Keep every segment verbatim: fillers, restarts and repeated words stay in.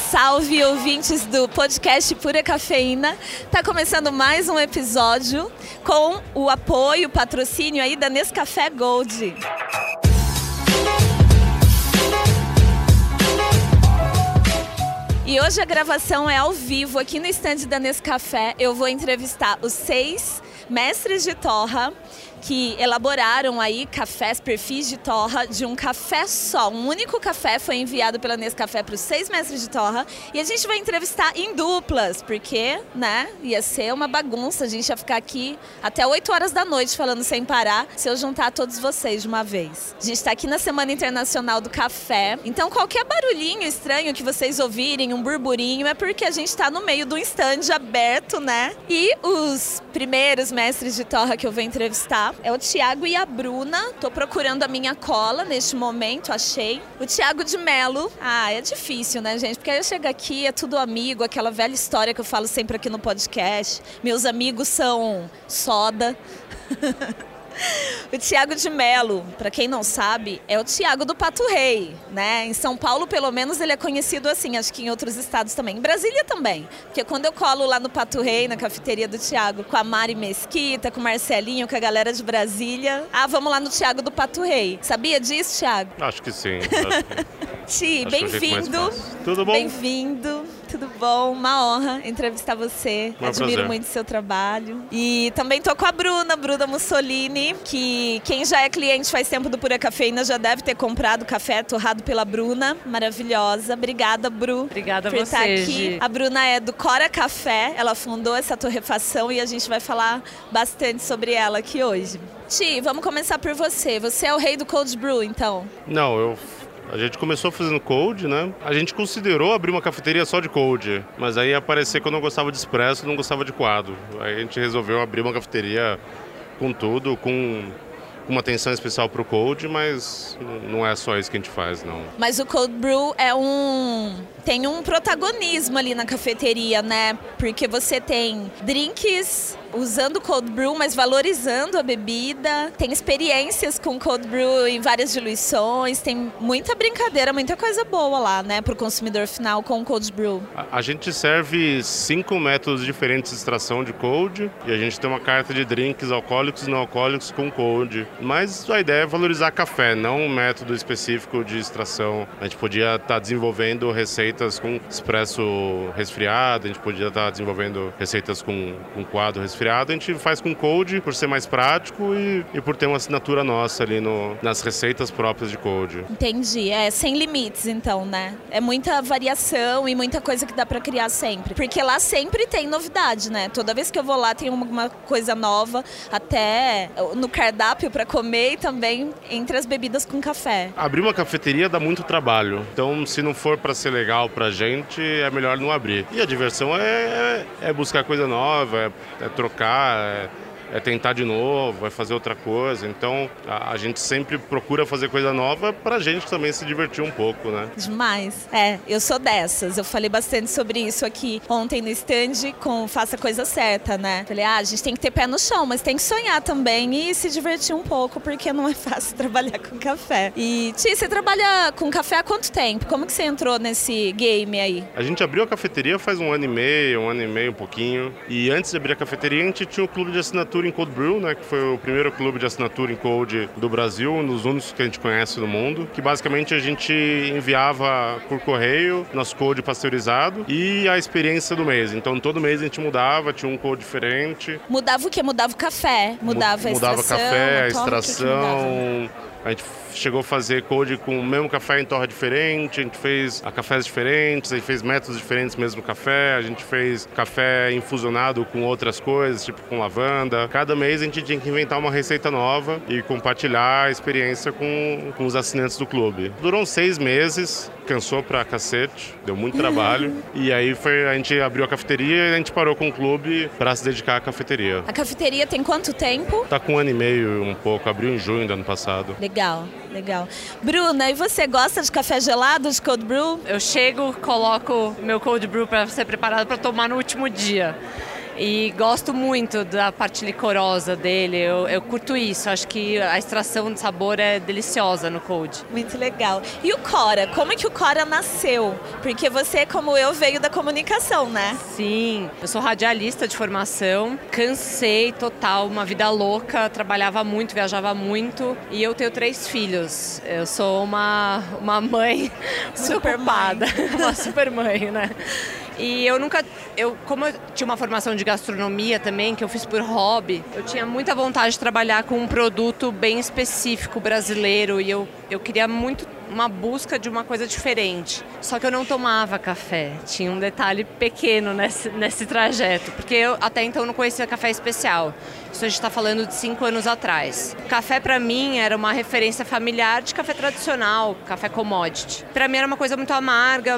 Salve, ouvintes do podcast Pura Cafeína. Tá começando mais um episódio com o apoio, o patrocínio aí da Nescafé Gold. E hoje a gravação é ao vivo aqui no estande da Nescafé. Eu vou entrevistar os seis mestres de torra que elaboraram aí cafés, perfis de torra de um café só. Um único café foi enviado pela Nescafé para os seis mestres de torra e a gente vai entrevistar em duplas, porque, né, ia ser uma bagunça. A gente ia ficar aqui até oito horas da noite falando sem parar se eu juntar todos vocês de uma vez. A gente está aqui na Semana Internacional do Café, então qualquer barulhinho estranho que vocês ouvirem, um burburinho, é porque a gente está no meio de um estande aberto, né? E os primeiros mestres de torra que eu vou entrevistar é o Thiago e a Bruna. Tô procurando a minha cola neste momento, achei. O Thiago de Melo. Ah, é difícil, né, gente? Porque aí eu chego aqui, é tudo amigo, aquela velha história que eu falo sempre aqui no podcast. Meus amigos são soda. O Thiago de Melo, para quem não sabe, é o Thiago do Pato Rei, né? Em São Paulo, pelo menos, ele é conhecido assim, acho que em outros estados também. Em Brasília também, porque quando eu colo lá no Pato Rei, na cafeteria do Thiago, com a Mari Mesquita, com o Marcelinho, com a galera de Brasília, ah, vamos lá no Thiago do Pato Rei. Sabia disso, Thiago? Acho que sim. Acho que... Ti, bem-vindo. Tudo bom? Bem-vindo. Tudo bom? Uma honra entrevistar você. Um Admiro prazer. muito o seu trabalho. E também tô com a Bruna, Bruna Mussolini, que quem já é cliente faz tempo do Pura Cafeína já deve ter comprado café torrado pela Bruna. Maravilhosa. Obrigada, Bru. Obrigada a por você, estar aqui. Gi. A Bruna é do Cora Café. Ela fundou essa torrefação e a gente vai falar bastante sobre ela aqui hoje. Ti, vamos começar por você. Você é o rei do cold brew, então? Não, eu... A gente começou fazendo cold, né? A gente considerou abrir uma cafeteria só de cold, mas aí ia aparecer que eu não gostava de expresso, não gostava de coado. Aí a gente resolveu abrir uma cafeteria com tudo, com uma atenção especial pro cold, mas não é só isso que a gente faz, não. Mas o cold brew é um... tem um protagonismo ali na cafeteria, né? Porque você tem drinks usando cold brew, mas valorizando a bebida. Tem experiências com cold brew em várias diluições. Tem muita brincadeira, muita coisa boa lá, né? Pro consumidor final com o cold brew. A, a gente serve cinco métodos diferentes de extração de cold e a gente tem uma carta de drinks alcoólicos e não alcoólicos com cold. Mas a ideia é valorizar café, não um método específico de extração. A gente podia estar desenvolvendo receitas com expresso resfriado, a gente podia estar desenvolvendo receitas com, com coado resfriado. A gente faz com cold por ser mais prático e, e por ter uma assinatura nossa ali no, nas receitas próprias de cold. Entendi. É sem limites, então, né? É muita variação e muita coisa que dá pra criar sempre. Porque lá sempre tem novidade, né? Toda vez que eu vou lá tem alguma coisa nova, até no cardápio pra comer e também entre as bebidas com café. Abrir uma cafeteria dá muito trabalho. Então, se não for pra ser legal pra gente, é melhor não abrir. E a diversão é, é buscar coisa nova, é, é trocar, é, é tentar de novo, é fazer outra coisa. Então, a, a gente sempre procura fazer coisa nova pra gente também se divertir um pouco, né? Demais. É, eu sou dessas. Eu falei bastante sobre isso aqui ontem no stand com Faça a Coisa Certa, né? Falei, ah, a gente tem que ter pé no chão, mas tem que sonhar também e se divertir um pouco, porque não é fácil trabalhar com café. E, Ti, você trabalha com café há quanto tempo? Como que você entrou nesse game aí? A gente abriu a cafeteria faz um ano e meio, um ano e meio, um pouquinho. E antes de abrir a cafeteria, a gente tinha um clube de assinatura em cold brew, né, que foi o primeiro clube de assinatura em cold do Brasil, um dos únicos que a gente conhece no mundo, que basicamente a gente enviava por correio nosso cold pasteurizado e a experiência do mês. Então todo mês a gente mudava, tinha um cold diferente. Mudava o quê? Mudava o café, mudava a mudava extração, café, a a torra, extração. A gente chegou a fazer cold com o mesmo café em torra diferente, a gente fez a cafés diferentes, a gente fez métodos diferentes mesmo no café, a gente fez café infusionado com outras coisas, tipo com lavanda. Cada mês a gente tinha que inventar uma receita nova e compartilhar a experiência com, com os assinantes do clube. Durou uns seis meses, cansou pra cacete, deu muito trabalho. E aí foi, a gente abriu a cafeteria e a gente parou com o clube pra se dedicar à cafeteria. A cafeteria tem quanto tempo? Tá com um ano e meio, um pouco, abriu em junho do ano passado. Legal, legal. Bruna, e você gosta de café gelado, de cold brew? Eu chego, coloco meu cold brew para ser preparado para tomar no último dia. E gosto muito da parte licorosa dele, eu, eu curto isso, acho que a extração de sabor é deliciosa no cold. Muito legal. E o Cora, como é que o Cora nasceu? Porque você, como eu, veio da comunicação, né? Sim, eu sou radialista de formação, cansei total, uma vida louca, trabalhava muito, viajava muito e eu tenho três filhos. Eu sou uma, uma mãe super ocupada, uma super mãe, né? E eu nunca, eu, como eu tinha uma formação de gastronomia também, que eu fiz por hobby, eu tinha muita vontade de trabalhar com um produto bem específico brasileiro e eu, eu queria muito uma busca de uma coisa diferente. Só que eu não tomava café, tinha um detalhe pequeno nesse, nesse trajeto, porque eu até então não conhecia café especial. Isso a gente está falando de cinco anos atrás. Café para mim era uma referência familiar de café tradicional, café commodity. Para mim era uma coisa muito amarga,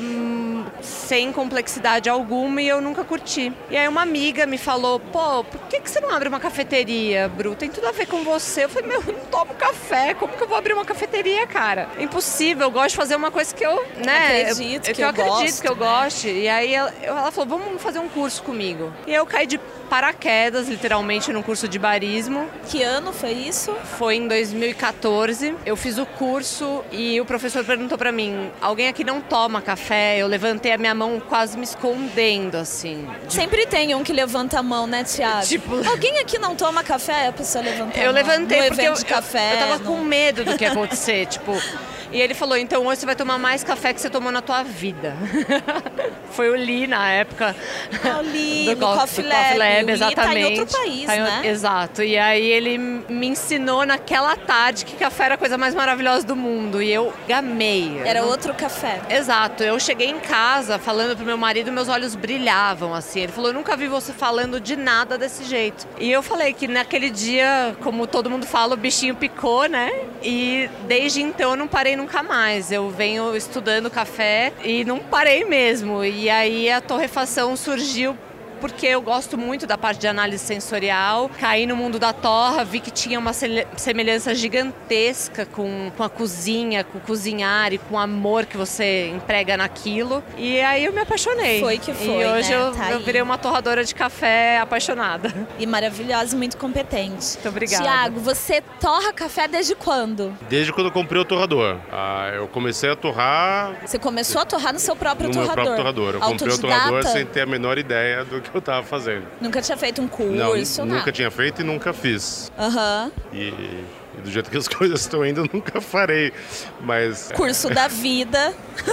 sem complexidade alguma e eu nunca curti. E aí uma amiga me falou, pô, por que, que você não abre uma cafeteria, Bru? Tem tudo a ver com você. Eu falei, meu, eu não tomo café, como que eu vou abrir uma cafeteria, cara? É impossível, eu gosto de fazer uma coisa que eu, né, acredito, eu, que, que eu, eu acredito gosto, que eu né? goste. E aí ela, ela falou, vamos fazer um curso comigo. E aí eu caí de paraquedas, literalmente, num curso de barismo. Que ano foi isso? Foi em dois mil e quatorze. Eu fiz o curso e o professor perguntou pra mim, alguém aqui não toma café? Eu levantei a minha mão quase me escondendo, assim. De... Sempre tem um que levanta a mão, né, Thiago? Tipo... Alguém aqui não toma café? A pessoa levanta a Eu mão. levantei no porque evento eu, de café, eu tava no... com medo do que ia acontecer, tipo... E ele falou, então hoje você vai tomar mais café que você tomou na tua vida. Foi o Lee na época. Ah, o Lee, do no Co- Coffee do Lab. Coffee Lab, O Lee exatamente. tá em outro país, Tá em- né? Exato. E aí ele me ensinou naquela tarde que café era a coisa mais maravilhosa do mundo. E eu gamei. Era Eu não- outro café. Exato. Eu cheguei em casa falando pro meu marido, meus olhos brilhavam, assim. Ele falou, eu nunca vi você falando de nada desse jeito. E eu falei que naquele dia, como todo mundo fala, o bichinho picou, né? E desde então eu não parei nunca mais. Eu venho estudando café e não parei mesmo. E aí a torrefação surgiu porque eu gosto muito da parte de análise sensorial. Caí no mundo da torra, vi que tinha uma sele- semelhança gigantesca com, com a cozinha, com o cozinhar e com o amor que você emprega naquilo. E aí eu me apaixonei. Foi que foi, E hoje né? eu, Tá eu aí. virei uma torradora de café apaixonada. E maravilhosa e muito competente. Muito obrigada. Tiago, você torra café desde quando? Desde quando eu comprei o torrador. Ah, eu comecei a torrar Você começou a torrar no seu próprio no torrador? meu próprio torrador. Eu comprei o Autodidata? torrador sem ter a menor ideia do que eu estava fazendo. Nunca tinha feito um curso, Não, nada? nunca tinha feito e nunca fiz. Aham. E, e do jeito que as coisas estão indo, eu nunca farei. Mas Curso da vida.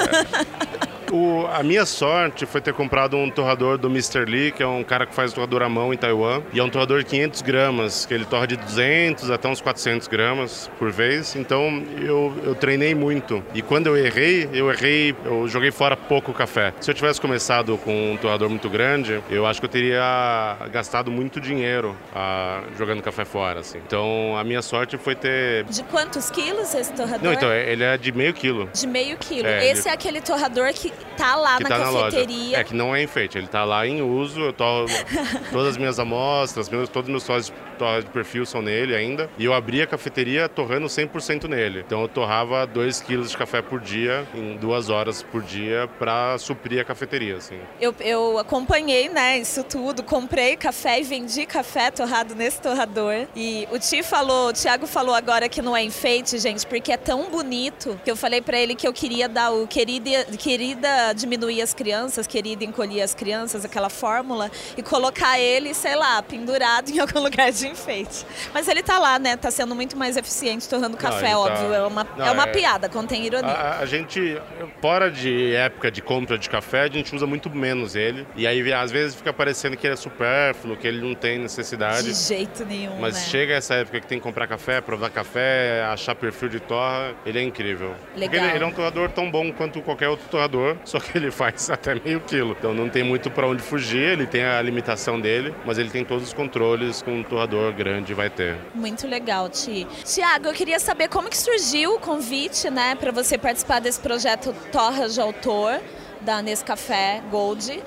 o, a minha sorte foi ter comprado um torrador do mister Lee, que é um cara que faz torrador à mão em Taiwan. E é um torrador de quinhentos gramas, que ele torra de duzentos até uns quatrocentos gramas por vez. Então eu, eu treinei muito. E quando eu errei, eu errei, eu joguei fora pouco café. Se eu tivesse começado com um torrador muito grande, eu acho que eu teria gastado muito dinheiro ah, jogando café fora, assim. Então a minha sorte foi ter... De quantos quilos esse torrador? Não, então, ele é de meio quilo. De meio quilo. É, Esse ele- é aquele torrador que tá lá que na tá na loja. cafeteria. É que não é enfeite, ele tá lá em uso, eu torro todas as minhas amostras, meus, todos os meus torras de, torras de perfil são nele ainda. E eu abri a cafeteria torrando cem por cento nele. Então eu torrava dois quilos de café por dia, em duas horas por dia, para suprir a cafeteria, assim. Eu, eu acompanhei, né, isso tudo, comprei café e vendi café torrado nesse torrador. E o Ti falou, o Thiago falou agora que não é enfeite, gente, porque é tão bonito que eu falei pra ele que eu queria dar o querida, querida diminuir as crianças, querida encolher as crianças, aquela fórmula, e colocar ele, sei lá, pendurado em algum lugar de enfeite. Mas ele tá lá, né, tá sendo muito mais eficiente torrando café, ele tá- óbvio, é uma, Não, é uma é- piada, contém ironia. A, a gente, fora de época de compra de café, a gente usa muito menos ele. E aí, às vezes, fica parecendo que ele é supérfluo, que ele não tem necessidade. De jeito nenhum, Mas né? chega essa época que tem que comprar café, provar café, achar perfil de torra, ele é incrível. Legal. Porque ele, ele é um torrador tão bom quanto qualquer outro torrador, só que ele faz até meio quilo. Então não tem muito para onde fugir, ele tem a limitação dele, mas ele tem todos os controles que um torrador grande vai ter. Muito legal, Ti. Tiago, eu queria saber como que surgiu o convite, né, para você participar desse projeto Torra de Autor, da Nescafé Gold.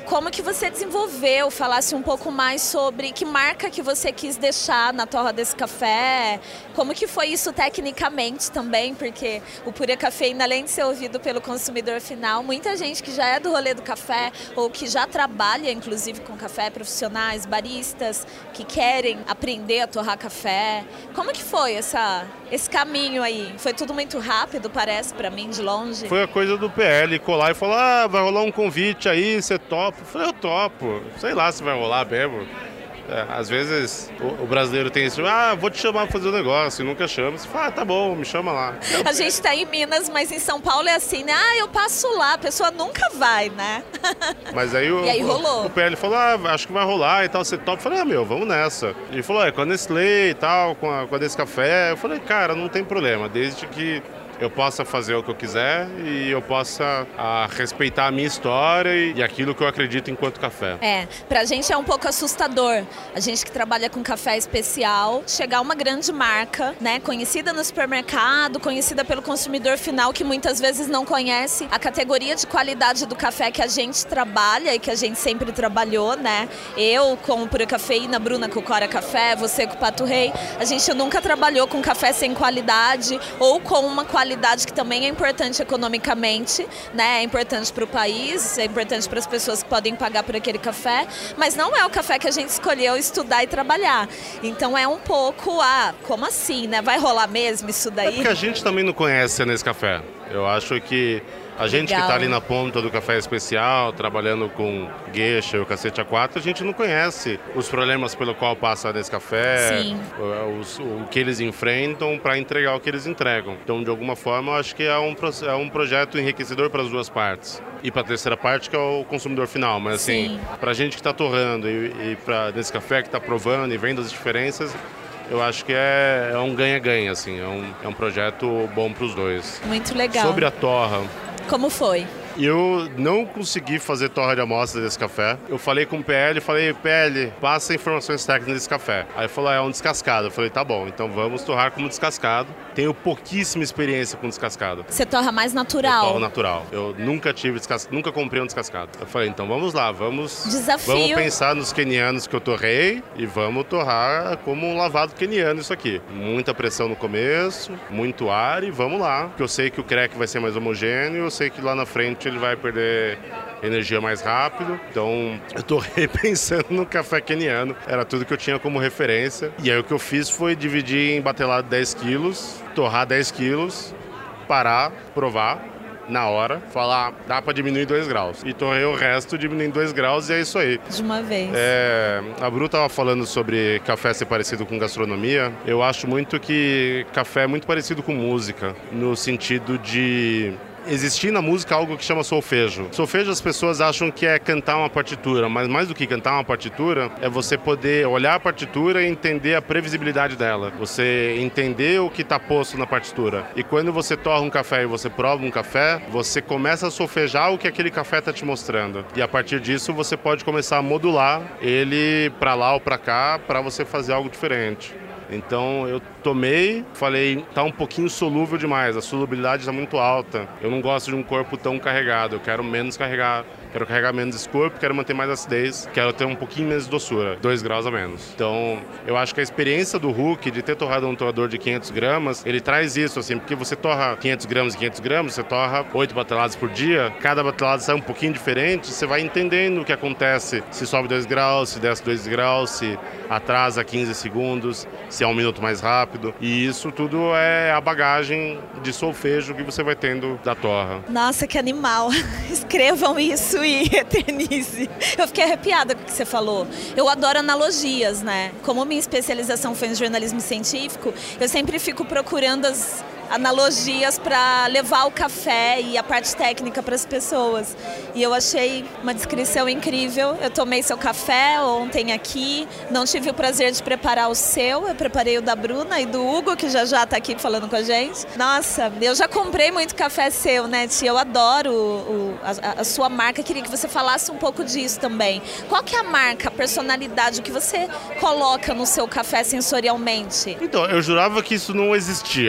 como que você desenvolveu, falasse um pouco mais sobre que marca que você quis deixar na torra desse café, como que foi isso tecnicamente também, porque o Pura Cafeína, além de ser ouvido pelo consumidor final, muita gente que já é do rolê do café ou que já trabalha inclusive com café, profissionais, baristas, que querem aprender a torrar café. Como que foi essa, esse caminho aí? Foi tudo muito rápido, parece, pra mim, de longe? Foi a coisa do P L, colar e falar, ah, vai rolar um convite aí, você topa? Eu falei, eu topo. Sei lá se vai rolar mesmo. É, às vezes o, o brasileiro tem isso, ah, vou te chamar pra fazer um negócio, e nunca chama. Você fala, ah, tá bom, me chama lá. Eu, a gente tá em Minas, mas em São Paulo é assim, né? Ah, eu passo lá, a pessoa nunca vai, né? Mas aí o, e aí rolou. o, o P L falou, ah, acho que vai rolar e tal, você topa. Eu falei, ah, meu, vamos nessa. Ele falou, é, com a Nestlé e tal, com a, com a Nescafé. Eu falei, cara, não tem problema, desde que eu possa fazer o que eu quiser e eu possa a, respeitar a minha história e, e aquilo que eu acredito enquanto café. É, pra gente é um pouco assustador. A gente que trabalha com café especial, chegar uma grande marca, né, conhecida no supermercado, conhecida pelo consumidor final, que muitas vezes não conhece a categoria de qualidade do café que a gente trabalha e que a gente sempre trabalhou, né? Eu com o Pura Cafeína, Bruna com o Cora Café, você com o Pato Rei, a gente nunca trabalhou com café sem qualidade ou com uma qualidade que também é importante economicamente, né? É importante para o país, é importante para as pessoas que podem pagar por aquele café, mas não é o café que a gente escolheu estudar e trabalhar. Então é um pouco, ah, como assim, né? Vai rolar mesmo isso daí? É porque a gente também não conhece nesse café. Eu acho que a gente Legal. que está ali na ponta do café especial, trabalhando com geisha e o cacete A quatro, a gente não conhece os problemas pelo qual passa nesse café, os, o que eles enfrentam para entregar o que eles entregam. Então, de alguma forma, eu acho que é um, é um projeto enriquecedor para as duas partes. E para a terceira parte, que é o consumidor final. Mas, assim, para a gente que está torrando e, e para nesse café que está provando e vendo as diferenças, eu acho que é, é um ganha-ganha, assim, é um, é um projeto bom para os dois. Muito legal. Sobre a torra. Como foi? Eu não consegui fazer torra de amostra desse café. Eu falei com o P L, falei, P L, passa informações técnicas desse café. Aí ele falou, é um descascado. Eu falei, tá bom, então vamos torrar como descascado. Tenho pouquíssima experiência com descascado. Você torra mais natural? Eu torro natural. Eu nunca tive descascado, nunca comprei um descascado. Eu falei, então vamos lá, vamos... Desafio. Vamos pensar nos quenianos que eu torrei e vamos torrar como um lavado queniano isso aqui. Muita pressão no começo, muito ar e vamos lá. Porque eu sei que o crack vai ser mais homogêneo, eu sei que lá na frente ele vai perder energia mais rápido. Então eu tô repensando no café queniano. Era tudo que eu tinha como referência. E aí o que eu fiz foi dividir em batelado dez quilos, torrar dez quilos, parar, provar na hora, falar, dá para diminuir dois graus. E torrei o resto, diminuindo dois graus e é isso aí. De uma vez. É, a Bru estava falando sobre café ser parecido com gastronomia. Eu acho muito que café é muito parecido com música, no sentido de existir na música algo que chama solfejo. Solfejo as pessoas acham que é cantar uma partitura, mas mais do que cantar uma partitura, é você poder olhar a partitura e entender a previsibilidade dela. Você entender o que está posto na partitura. E quando você torra um café e você prova um café, você começa a solfejar o que aquele café está te mostrando. E a partir disso você pode começar a modular ele para lá ou para cá para você fazer algo diferente. Então eu tomei, falei, tá um pouquinho solúvel demais, a solubilidade está muito alta. Eu não gosto de um corpo tão carregado, eu quero menos carregar, quero carregar menos esse corpo, quero manter mais acidez, quero ter um pouquinho menos de doçura, dois graus a menos. Então eu acho que a experiência do Hulk de ter torrado um torrador de quinhentos gramas, ele traz isso, assim, porque você torra quinhentos gramas e quinhentos gramas, você torra oito bateladas por dia, cada batelada sai um pouquinho diferente, você vai entendendo o que acontece, se sobe dois graus, se desce dois graus, se atrasa quinze segundos, se é um minuto mais rápido. E isso tudo é a bagagem de solfejo que você vai tendo da torra. Nossa, que animal! Escrevam isso e eternize. Eu fiquei arrepiada com o que você falou. Eu adoro analogias, né? Como minha especialização foi em jornalismo científico, eu sempre fico procurando as analogias para levar o café e a parte técnica para as pessoas. E eu achei uma descrição incrível. Eu tomei seu café ontem aqui, não tive o prazer de preparar o seu, eu preparei o da Bruna e do Hugo, que já já está aqui falando com a gente. Nossa, eu já comprei muito café seu, né, tia? Eu adoro o, o, a, a sua marca, queria que você falasse um pouco disso também. Qual que é a marca, a personalidade, o que você coloca no seu café sensorialmente? Então, eu jurava que isso não existia.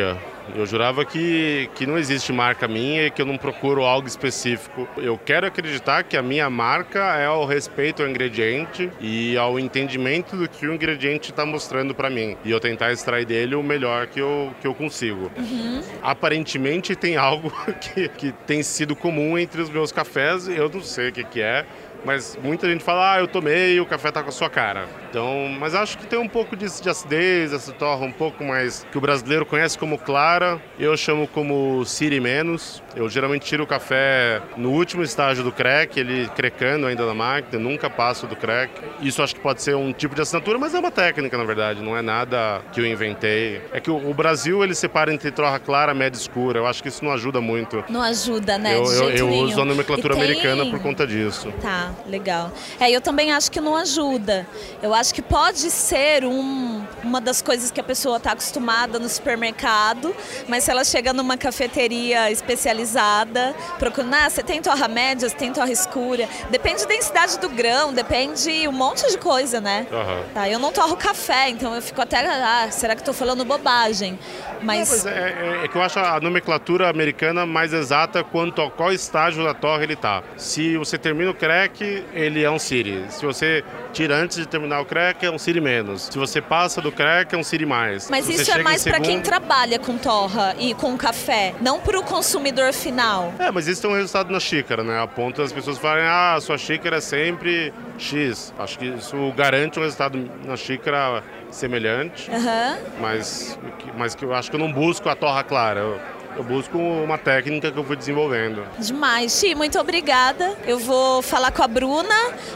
Eu jurava que, que não existe marca minha e que eu não procuro algo específico. Eu quero acreditar que a minha marca é ao respeito ao ingrediente e ao entendimento do que o ingrediente está mostrando para mim. E eu tentar extrair dele o melhor que eu, que eu consigo. Uhum. Aparentemente tem algo que, que tem sido comum entre os meus cafés. Eu não sei o que, que é. Mas muita gente fala, ah, eu tomei e o café tá com a sua cara. Então, mas acho que tem um pouco disso de acidez, essa torra um pouco mais que o brasileiro conhece como clara. Eu chamo como Siri menos. Eu geralmente tiro o café no último estágio do crack, ele crecando ainda na máquina, nunca passo do crack. Isso acho que pode ser um tipo de assinatura, mas é uma técnica, na verdade, não é nada que eu inventei. É que o, o Brasil, ele separa entre torra clara, média e escura. Eu acho que isso não ajuda muito. Não ajuda, né? Eu, de eu, jeito eu nenhum. uso a nomenclatura tem... americana por conta disso. Tá, legal. É, eu também acho que não ajuda. Eu acho que pode ser um, uma das coisas que a pessoa está acostumada no supermercado, mas se ela chega numa cafeteria especializada, procurando, ah, você tem torra média, você tem torra escura, depende da densidade do grão, depende um monte de coisa, né? Uhum. Tá, eu não torro café, então eu fico até, ah, será que estou falando bobagem? Mas, não, mas é, é, é que eu acho a nomenclatura americana mais exata quanto a qual estágio da torra ele tá. Se você termina o crack, ele é um Siri. Se você tira antes de terminar o crack, é um Siri menos. Se você passa do crack, é um Siri mais. Mas Se isso é mais para segundo... quem trabalha com torra e com café, não para o consumidor final. É, mas isso tem um resultado na xícara, né? A ponto das pessoas falarem, ah, a sua xícara é sempre X. Acho que isso garante um resultado na xícara semelhante, uhum. mas, mas que eu acho que eu não busco a torra clara. Eu, Eu busco uma técnica que eu fui desenvolvendo. Demais. Xi, muito obrigada. Eu vou falar com a Bruna,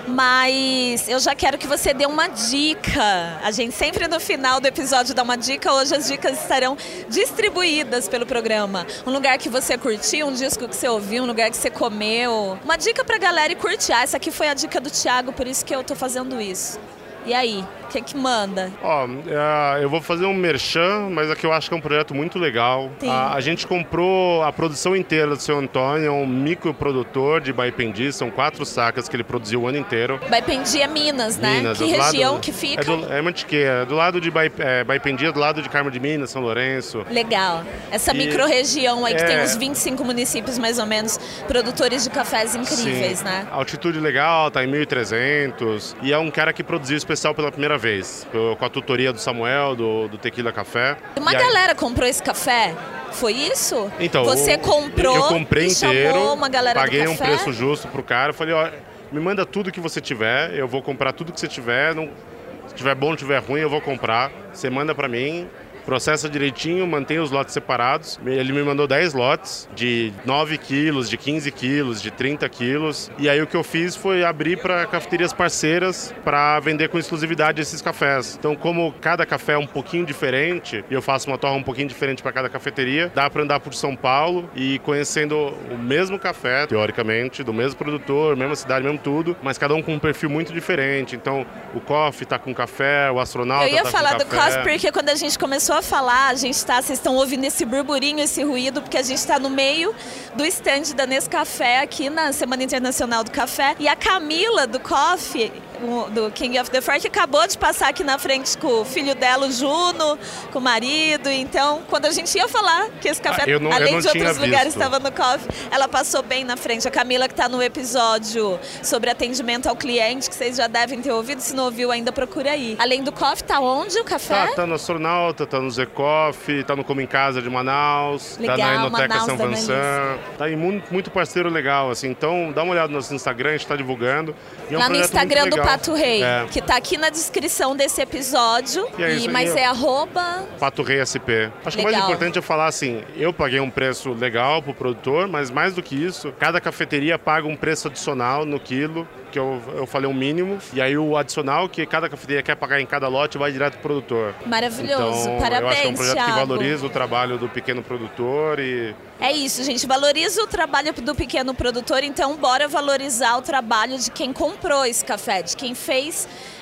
mas eu já quero que você dê uma dica. A gente sempre no final do episódio dá uma dica. Hoje as dicas estarão distribuídas pelo programa. Um lugar que você curtiu, um disco que você ouviu, um lugar que você comeu. Uma dica pra galera e curtir. Ah, essa aqui foi a dica do Thiago, por isso que eu tô fazendo isso. E aí, o que que manda? Ó, uh, eu vou fazer um merchan, mas aqui eu acho que é um projeto muito legal. A, a gente comprou a produção inteira do seu Antônio, é um microprodutor de Baipendi, são quatro sacas que ele produziu o ano inteiro. Baipendi é Minas, né? Minas, que região lado, que fica? É, do, é Mantiqueira, é do lado de Bai, é, Baipendi, é do lado de Carmo de Minas, São Lourenço. Legal. Essa e, micro-região aí que é, tem uns vinte e cinco municípios mais ou menos, produtores de cafés incríveis, sim, né? A altitude legal, tá em mil e trezentos e é um cara que produziu especial pela primeira vez, com a tutoria do Samuel, do, do Tequila Café. Uma e galera aí... comprou esse café? Foi isso? Então, você comprou, eu comprei e inteiro, chamou uma galera paguei do um café? preço justo pro cara, falei, ó, me manda tudo que você tiver, eu vou comprar tudo que você tiver, não, se tiver bom, tiver ruim, eu vou comprar, você manda pra mim. Processa direitinho, mantém os lotes separados. Ele me mandou dez lotes de nove quilos, de quinze quilos, de trinta quilos. E aí o que eu fiz foi abrir para cafeterias parceiras para vender com exclusividade esses cafés. Então, como cada café é um pouquinho diferente, e eu faço uma torra um pouquinho diferente para cada cafeteria, dá para andar por São Paulo e conhecendo o mesmo café, teoricamente, do mesmo produtor, mesma cidade, mesmo tudo, mas cada um com um perfil muito diferente. Então, o Coffee tá com café, o Astronauta tá com café. Eu ia falar do Coffee porque quando a gente começou a falar, a gente tá, vocês estão ouvindo esse burburinho, esse ruído, porque a gente está no meio do stand da Nescafé aqui na Semana Internacional do Café. E a Camila do Coffee, do King of the Fork, acabou de passar aqui na frente com o filho dela, o Juno, com o marido. Então, quando a gente ia falar que esse café, ah, não, além de outros lugares, visto. estava no Coffee, ela passou bem na frente. A Camila, que está no episódio sobre atendimento ao cliente, que vocês já devem ter ouvido, se não ouviu ainda, procura aí. Além do Coffee, tá onde o café? Tá, tá no Astronauta, tá no Zé Coffee, tá no Como em Casa de Manaus, legal, tá na Enoteca Manaus, São Vincent, tá em muito, muito parceiro legal, assim, então dá uma olhada no nosso Instagram, a gente tá divulgando. E é um lá no Instagram do Pato Rei, é. que tá aqui na descrição desse episódio, e é isso, e, mas e é arroba... Pato Rei S P. Acho legal. que o mais importante é falar assim, eu paguei um preço legal pro produtor, mas mais do que isso, cada cafeteria paga um preço adicional no quilo, que eu, eu falei um mínimo, e aí o adicional que cada cafeteria quer pagar em cada lote vai direto pro produtor. Maravilhoso, então, parabéns, eu acho que é um projeto Thiago. que valoriza o trabalho do pequeno produtor e... É isso, gente, valoriza o trabalho do pequeno produtor, então bora valorizar o trabalho de quem comprou esse café, de quem fez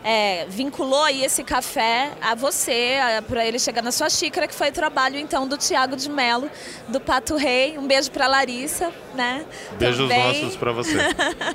é, vinculou aí esse café a você, para ele chegar na sua xícara, que foi o trabalho então do Thiago de Mello, do Pato Rei. Um beijo para Larissa, né? Beijos Também. nossos para você.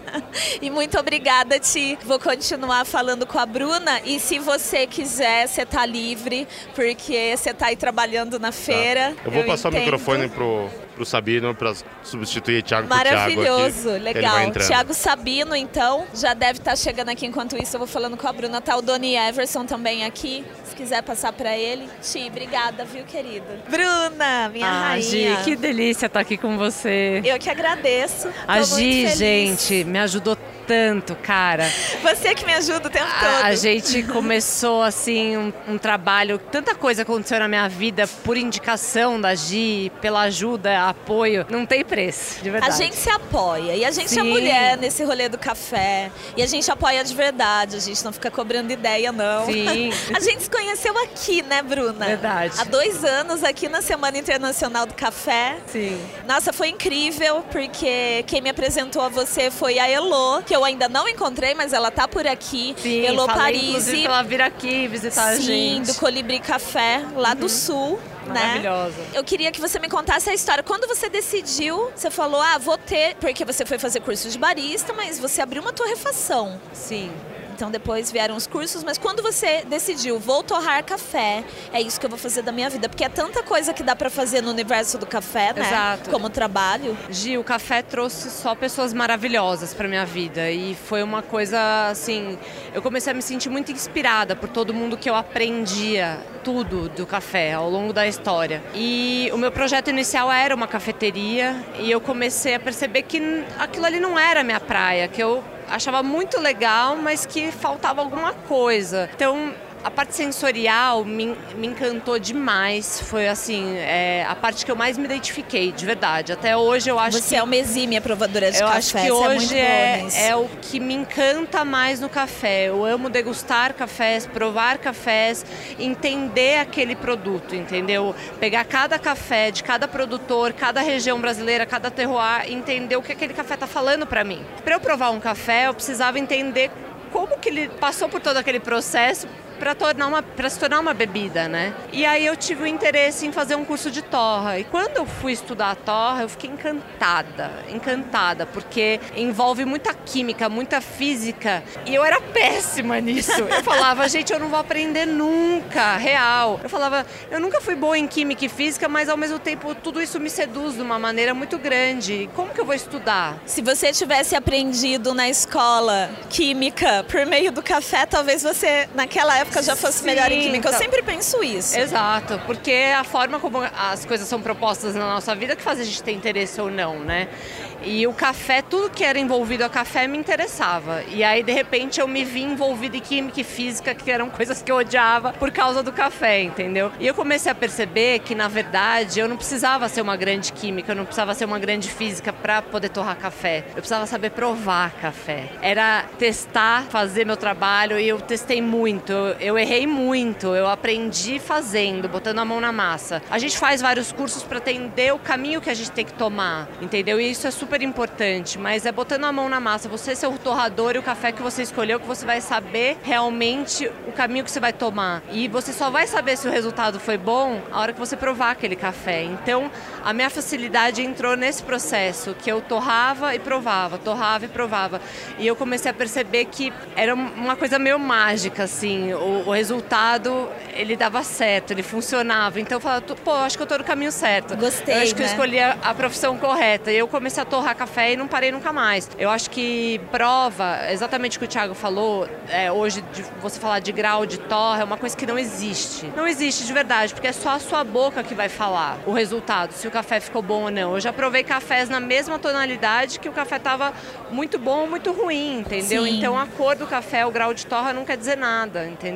E muito obrigada, Ti. Vou continuar falando com a Bruna, e se você quiser, você tá livre, porque você tá aí trabalhando na feira. Tá. Eu vou eu passar entendo. o microfone pro, pro Sabino para substituir o Thiago por Maravilhoso, Thiago aqui, legal. Thiago Sabino, então, já deve estar chegando aqui. Enquanto isso, eu vou falando com a Bruna. Tá o Doni Everson também aqui, se quiser passar para ele. Ti, obrigada, viu, querido? Bruna, minha ah, rainha. Gi, que delícia estar aqui com você. Eu que agradeço. A Gi, gente, me ajudou tanto, cara. Você que me ajuda o tempo a, todo. A gente começou, assim, um, um trabalho, tanta coisa aconteceu na minha vida por indicação da Gi, pela ajuda, apoio, não tem preço, de verdade. A gente se apoia, e a gente Sim. é mulher nesse rolê do café, e a gente apoia de verdade, a gente não fica cobrando ideia, não. Sim. A gente se conheceu aqui, né, Bruna? Verdade. Há dois anos, aqui na Semana Internacional do Café. Sim. Nossa, foi incrível, porque quem me apresentou a você foi a Elô, que eu ainda não encontrei, mas ela tá por aqui. Sim, Elô falei, Parisi. inclusive, pra ela vir aqui visitar Sim, a gente. do Colibri Café, lá uhum. do Sul. Maravilhosa. Né? Eu queria que você me contasse a história. Quando você decidiu, você falou, ah, vou ter... Porque você foi fazer curso de barista, mas você abriu uma torrefação. Sim. Então depois vieram os cursos, mas quando você decidiu, vou torrar café, é isso que eu vou fazer da minha vida. Porque é tanta coisa que dá pra fazer no universo do café, né? Exato. Como trabalho. Gi, o café trouxe só pessoas maravilhosas pra minha vida. E foi uma coisa, assim... Eu comecei a me sentir muito inspirada por todo mundo que eu aprendia tudo do café ao longo da história. E o meu projeto inicial era uma cafeteria e eu comecei a perceber que aquilo ali não era a minha praia, que eu achava muito legal, mas que faltava alguma coisa. Então, a parte sensorial me, me encantou demais. Foi assim, é, a parte que eu mais me identifiquei, de verdade. Até hoje eu acho Você que... é uma exímia provadora de eu café. acho que hoje é, é, é o que me encanta mais no café. Eu amo degustar cafés, provar cafés, entender aquele produto, entendeu? Pegar cada café de cada produtor, cada região brasileira, cada terroir, entender o que aquele café está falando para mim. Para eu provar um café, eu precisava entender como que ele passou por todo aquele processo para tornar uma para se tornar uma bebida, né? E aí eu tive o interesse em fazer um curso de torra. E quando eu fui estudar a torra, eu fiquei encantada, encantada, porque envolve muita química, muita física, e eu era péssima nisso. Eu falava, gente, eu não vou aprender nunca, real. Eu falava, eu nunca fui boa em química e física, mas ao mesmo tempo tudo isso me seduz de uma maneira muito grande. Como que eu vou estudar? Se você tivesse aprendido na escola química por meio do café, talvez você naquela época já fosse Sim, melhor em química. Eu então, sempre penso isso. Exato, porque é a forma como as coisas são propostas na nossa vida que faz a gente ter interesse ou não, né? E o café, tudo que era envolvido a café me interessava. E aí, de repente, eu me vi envolvida em química e física, que eram coisas que eu odiava por causa do café, entendeu? E eu comecei a perceber que, na verdade, eu não precisava ser uma grande química, eu não precisava ser uma grande física para poder torrar café. Eu precisava saber provar café. Era testar, fazer meu trabalho, e eu testei muito. Eu, eu errei muito, eu aprendi fazendo, botando a mão na massa. A gente faz vários cursos para entender o caminho que a gente tem que tomar, entendeu? E isso é super importante, mas é botando a mão na massa, você ser o torrador e o café que você escolheu, que você vai saber realmente o caminho que você vai tomar. E você só vai saber se o resultado foi bom a hora que você provar aquele café. Então, a minha facilidade entrou nesse processo, que eu torrava e provava, torrava e provava. E eu comecei a perceber que era uma coisa meio mágica, assim, o, o resultado, ele dava certo, ele funcionava. Então eu falava, pô, acho que eu tô no caminho certo. Gostei, Eu acho que né? eu escolhi a, a profissão correta. E eu comecei a torrar café e não parei nunca mais. Eu acho que prova, exatamente o que o Thiago falou, é, hoje de você falar de grau de torra, é uma coisa que não existe. Não existe de verdade, porque é só a sua boca que vai falar o resultado, se o café ficou bom ou não. Eu já provei cafés na mesma tonalidade que o café estava muito bom ou muito ruim, entendeu? Sim. Então a cor do café, o grau de torra não quer dizer nada, entendeu?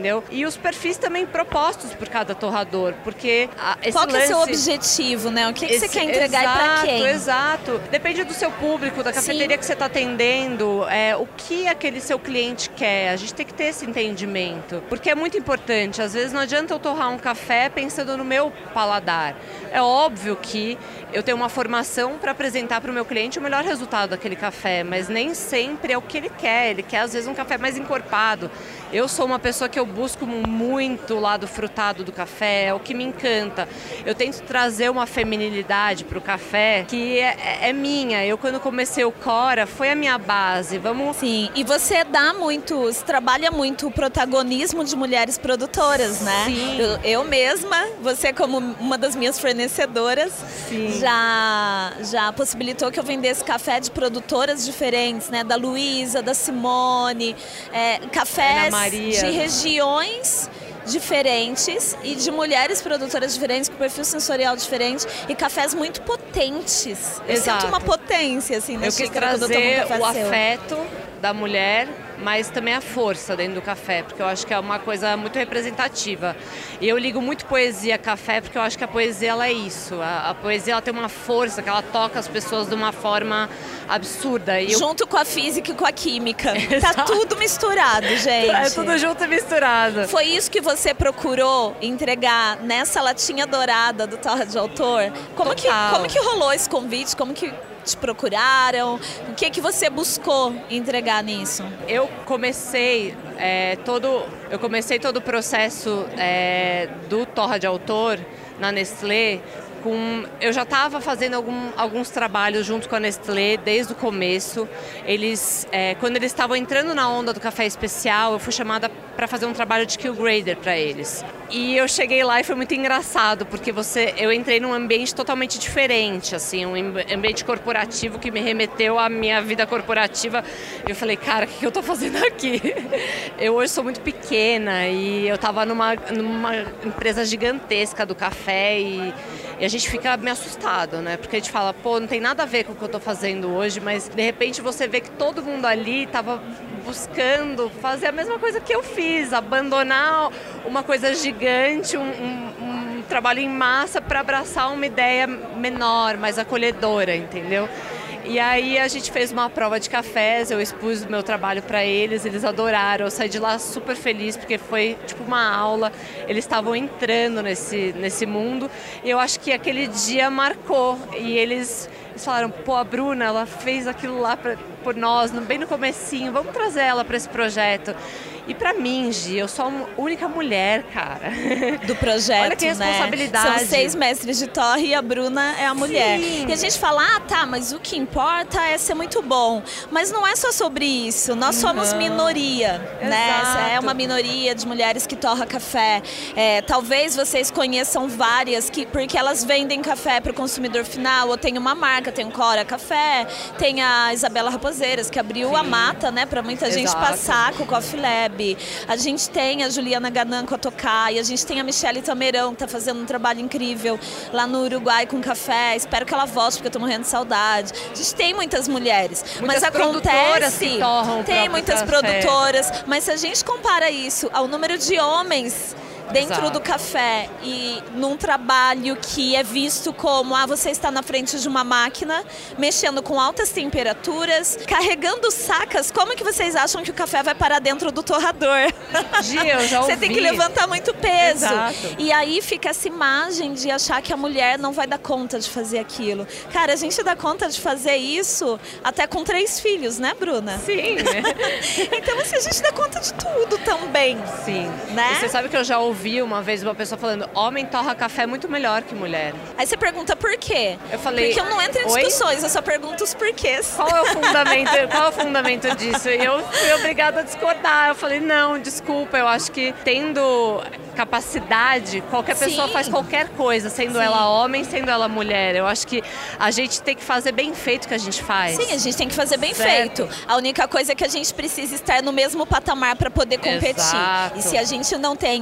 entendeu? E os perfis também propostos por cada torrador, porque a, esse Qual que lance... é o seu objetivo, né? O que, que esse, você quer entregar exato, e pra quem? Exato, depende do seu público, da cafeteria Sim. que você está atendendo, é, o que aquele seu cliente quer, a gente tem que ter esse entendimento, porque é muito importante, às vezes não adianta eu torrar um café pensando no meu paladar, é óbvio que eu tenho uma formação para apresentar para o meu cliente o melhor resultado daquele café, mas nem sempre é o que ele quer, ele quer às vezes um café mais encorpado. Eu sou uma pessoa que eu busco muito o lado frutado do café, é o que me encanta. Eu tento trazer uma feminilidade para o café que é, é minha. Eu, quando comecei o Cora, foi a minha base. Vamos... Sim, e você dá muito, você trabalha muito o protagonismo de mulheres produtoras, né? Sim. Eu, eu mesma, você como uma das minhas fornecedoras, Sim. já, já possibilitou que eu vendesse café de produtoras diferentes, né? Da Luísa, da Simone, é, cafés de regiões diferentes e de mulheres produtoras diferentes, com perfil sensorial diferente e cafés muito potentes. Eu Exato. sinto uma potência assim na eu quis xícara quando eu trazer tomo um café o seu. afeto da mulher, mas também a força dentro do café, porque eu acho que é uma coisa muito representativa. E eu ligo muito poesia a café, porque eu acho que a poesia ela é isso. A, a poesia ela tem uma força, que ela toca as pessoas de uma forma absurda. E junto eu... com a física e com a química. Tá tudo misturado, gente. É tudo junto e misturado. Foi isso que você procurou entregar nessa latinha dourada do Torra de Autor? Como que, como que rolou esse convite? Como que te procuraram? O que que você buscou entregar nisso? Eu comecei é, todo, eu comecei todo o processo é, do Torra de Autor na Nestlé. Com, eu já estava fazendo algum, alguns trabalhos junto com a Nestlé desde o começo. Eles, é, quando eles estavam entrando na onda do café especial, eu fui chamada para fazer um trabalho de Q Grader para eles. E eu cheguei lá e foi muito engraçado, porque você, eu entrei num ambiente totalmente diferente, assim, um ambiente corporativo que me remeteu à minha vida corporativa. E eu falei, cara, o que eu estou fazendo aqui? Eu hoje sou muito pequena e eu estava numa, numa empresa gigantesca do café e E a gente fica meio assustado, né? Porque a gente fala, pô, não tem nada a ver com o que eu tô fazendo hoje, mas de repente você vê que todo mundo ali tava buscando fazer a mesma coisa que eu fiz, abandonar uma coisa gigante, um, um, um trabalho em massa para abraçar uma ideia menor, mais acolhedora, entendeu? E aí a gente fez uma prova de cafés, eu expus o meu trabalho para eles, eles adoraram, eu saí de lá super feliz porque foi tipo uma aula, eles estavam entrando nesse, nesse mundo e eu acho que aquele dia marcou e eles, eles falaram, pô, a Bruna, ela fez aquilo lá pra, por nós, bem no comecinho, vamos trazer ela para esse projeto. E pra mim, Gi, eu sou a única mulher, cara. Do projeto, olha que responsabilidade. Né? São seis mestres de torre e a Bruna é a mulher. Sim. E a gente fala, ah, tá, mas o que importa é ser muito bom. Mas não é só sobre isso. Nós somos não. minoria, né? Essa é uma minoria de mulheres que torra café. É, talvez vocês conheçam várias, que, porque elas vendem café para o consumidor final, ou tem uma marca, tem o Cora Café, tem a Isabela Raposeiras, que abriu Sim. a mata, né, para muita gente Exato. passar com o Coffee Lab. A gente tem a Juliana Ganan com a Tokai, a gente tem a Michele Tamerão, que está fazendo um trabalho incrível lá no Uruguai com café. Espero que ela volte, porque eu estou morrendo de saudade. A gente tem muitas mulheres, muitas mas acontece... que torram tem muitas café. produtoras, mas se a gente compara isso ao número de homens dentro Exato. do café e num trabalho que é visto como, ah, você está na frente de uma máquina, mexendo com altas temperaturas, carregando sacas, como que vocês acham que o café vai parar dentro do torrador? Gi, eu já ouvi. Você tem que levantar muito peso. Exato. E aí fica essa imagem de achar que a mulher não vai dar conta de fazer aquilo. Cara, a gente dá conta de fazer isso até com três filhos, né, Bruna? Sim. Então, assim, a gente dá conta de tudo também. Sim. Né? E você sabe que eu já ouvi uma vez uma pessoa falando, homem torra café muito melhor que mulher. Aí você pergunta por quê? Eu falei, porque eu não entro em Oi? discussões, eu só pergunto os porquês. Qual é o fundamento, qual é o fundamento disso? E eu fui obrigada a discordar. Eu falei, não, desculpa, eu acho que tendo capacidade, qualquer pessoa Sim. faz qualquer coisa, sendo Sim. ela homem, sendo ela mulher. Eu acho que a gente tem que fazer bem feito o que a gente faz. Sim, a gente tem que fazer bem Certo. feito. A única coisa é que a gente precisa estar no mesmo patamar para poder competir. Exato. E se a gente não tem as mesmas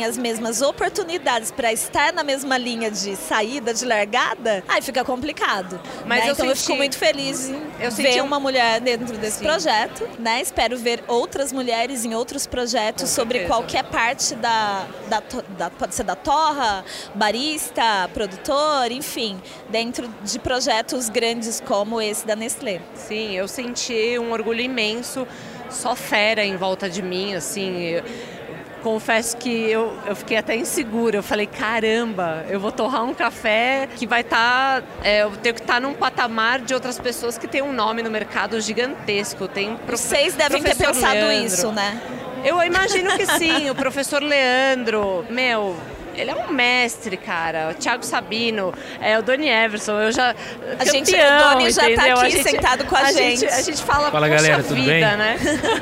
mesmas oportunidades para estar na mesma linha de saída, de largada, aí fica complicado. Mas né? eu então senti... eu fico muito feliz em eu ver senti... uma mulher dentro desse Sim. projeto, né? Espero ver outras mulheres em outros projetos Com sobre certeza. qualquer parte da, da, da... Pode ser da torra, barista, produtor, enfim, dentro de projetos grandes como esse da Nestlé. Sim, eu senti um orgulho imenso, só fera em volta de mim, assim... Eu... Confesso que eu, eu fiquei até insegura. Eu falei, caramba, eu vou torrar um café que vai estar... Tá, é, eu tenho que estar tá num patamar de outras pessoas que tem um nome no mercado gigantesco. Tem prof... Vocês devem ter pensado Leandro. Isso, né? Eu imagino que sim. O professor Leandro, meu... Ele é um mestre, cara. O Thiago Sabino, é, o Doni Everson, eu já... A gente, campeão, o Doni já entendeu? tá aqui gente, sentado com a, a gente. gente. A gente fala, fala, poxa galera, vida, tudo bem? né?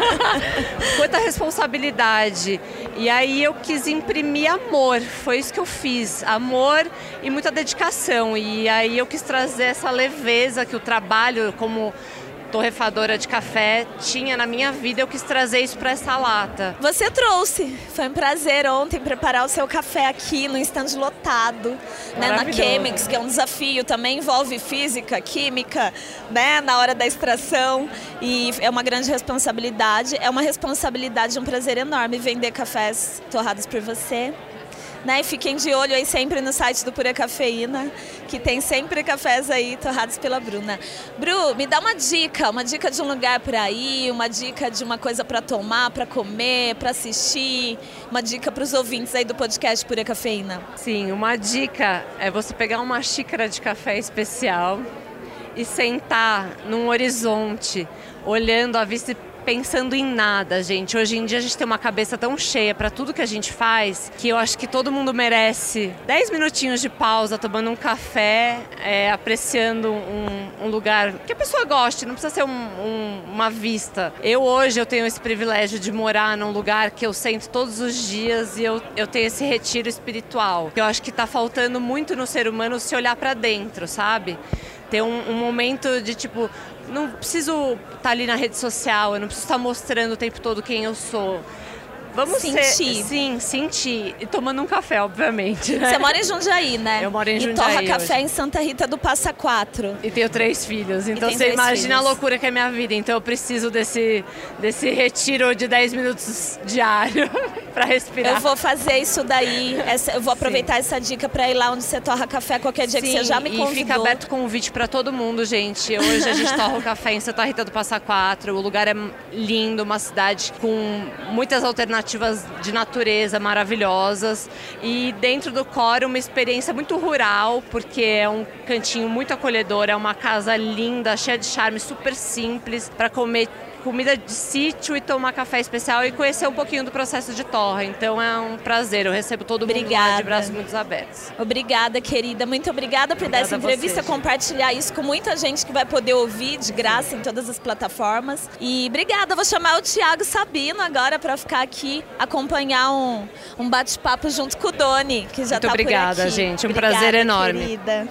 Quanta responsabilidade. E aí eu quis imprimir amor, foi isso que eu fiz. Amor e muita dedicação. E aí eu quis trazer essa leveza que o trabalho como... torrefadora de café tinha na minha vida, eu quis trazer isso para essa lata. Você trouxe, foi um prazer ontem preparar o seu café aqui no estande lotado, né, na Chemix, que é um desafio, também envolve física, química, né, na hora da extração, e é uma grande responsabilidade, é uma responsabilidade, um prazer enorme vender cafés torrados por você. Né? E fiquem de olho aí sempre no site do Pura Cafeína, que tem sempre cafés aí torrados pela Bruna. Bru, me dá uma dica, uma dica de um lugar por aí, uma dica de uma coisa para tomar, para comer, para assistir, uma dica para os ouvintes aí do podcast Pura Cafeína. Sim, uma dica é você pegar uma xícara de café especial e sentar num horizonte, olhando a vista e pensando em nada, gente. Hoje em dia a gente tem uma cabeça tão cheia para tudo que a gente faz que eu acho que todo mundo merece dez minutinhos de pausa, tomando um café, é, apreciando um, um lugar que a pessoa goste, não precisa ser um, um, uma vista. Eu hoje eu tenho esse privilégio de morar num lugar que eu sento todos os dias e eu, eu tenho esse retiro espiritual. Eu acho que está faltando muito no ser humano se olhar para dentro, sabe? Ter um, um momento de tipo, não preciso estar ali na rede social, eu não preciso estar mostrando o tempo todo quem eu sou. Vamos sentir. Ser, sim, sentir. E tomando um café, obviamente. Né? Você mora em Jundiaí, né? Eu moro em Jundiaí. E torra hoje. café em Santa Rita do Passa Quatro. E tenho três filhos. Então você três imagina filhos. a loucura que é a minha vida. Então eu preciso desse, desse retiro de dez minutos diário para respirar. Eu vou fazer isso daí. Essa, eu vou aproveitar Sim. essa dica para ir lá onde você torra café qualquer dia. Sim, que você já me convidou. E fica aberto o convite para todo mundo, gente. Hoje a gente torra o café em Santa Rita do Passa Quatro. O lugar é lindo, uma cidade com muitas alternativas de natureza maravilhosas. E dentro do core uma experiência muito rural, porque é um cantinho muito acolhedor, é uma casa linda, cheia de charme, super simples, para comer comida de sítio e tomar café especial e conhecer um pouquinho do processo de torra. Então é um prazer, eu recebo todo mundo obrigada. Lá de braços muito abertos. Obrigada, querida. Muito obrigada por obrigada dar essa entrevista, você, compartilhar isso com muita gente que vai poder ouvir de graça em todas as plataformas. E obrigada, vou chamar o Thiago Sabino agora para ficar aqui, acompanhar um, um bate-papo junto com o Doni, que já muito tá obrigada, por aqui. gente. Um obrigada, prazer enorme. Querida.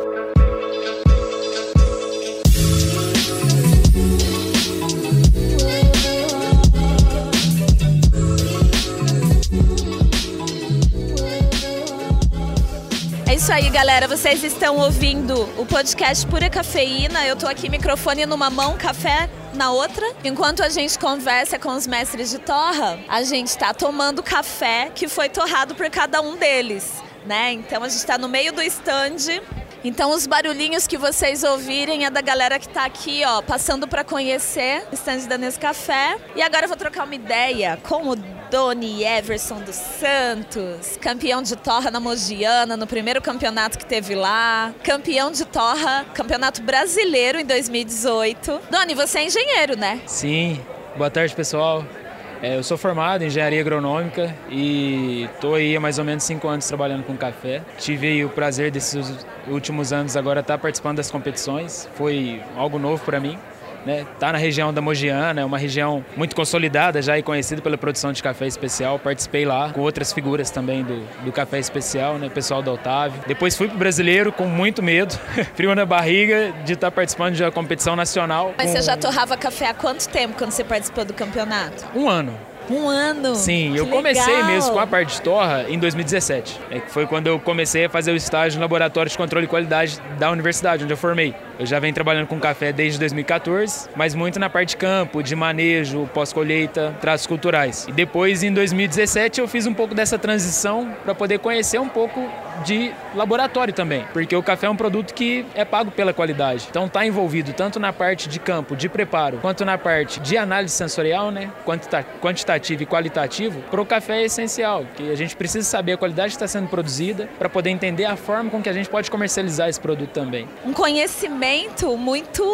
É isso aí, galera. Vocês estão ouvindo o podcast Pura Cafeína. Eu tô aqui, microfone numa mão, café na outra. Enquanto a gente conversa com os mestres de torra, a gente tá tomando café que foi torrado por cada um deles, né? Então a gente tá no meio do stand. Então os barulhinhos que vocês ouvirem é da galera que tá aqui, ó, passando para conhecer o stand da Nescafé. E agora eu vou trocar uma ideia com o Doni Everson dos Santos, campeão de torra na Mogiana, no primeiro campeonato que teve lá. Campeão de torra, campeonato brasileiro em dois mil e dezoito. Doni, você é engenheiro, né? Sim. Boa tarde, pessoal. É, eu sou formado em engenharia agronômica e estou aí há mais ou menos cinco anos trabalhando com café. Tive o prazer desses últimos anos agora estar participando das competições. Foi algo novo para mim. Né? Tá na região da Mogiana, é uma região muito consolidada já e conhecida pela produção de café especial. Participei lá com outras figuras também do, do café especial, né? Pessoal da Otávio. Depois fui pro brasileiro com muito medo, frio na barriga de estar participando de uma competição nacional. Mas com... você já torrava café há quanto tempo quando você participou do campeonato? Um ano. Um ano? Sim, que eu comecei legal. mesmo com a parte de torra em dois mil e dezessete. É que foi quando eu comecei a fazer o estágio no Laboratório de Controle e Qualidade da universidade, onde eu formei. Eu já venho trabalhando com café desde dois mil e quatorze, mas muito na parte de campo, de manejo, pós-colheita, tratos culturais. E depois, em dois mil e dezessete, eu fiz um pouco dessa transição para poder conhecer um pouco de laboratório também, porque o café é um produto que é pago pela qualidade. Então está envolvido tanto na parte de campo, de preparo, quanto na parte de análise sensorial, né, quantitativo e qualitativo. Para o café é essencial, que a gente precisa saber a qualidade que está sendo produzida para poder entender a forma com que a gente pode comercializar esse produto também. Um conhecimento muito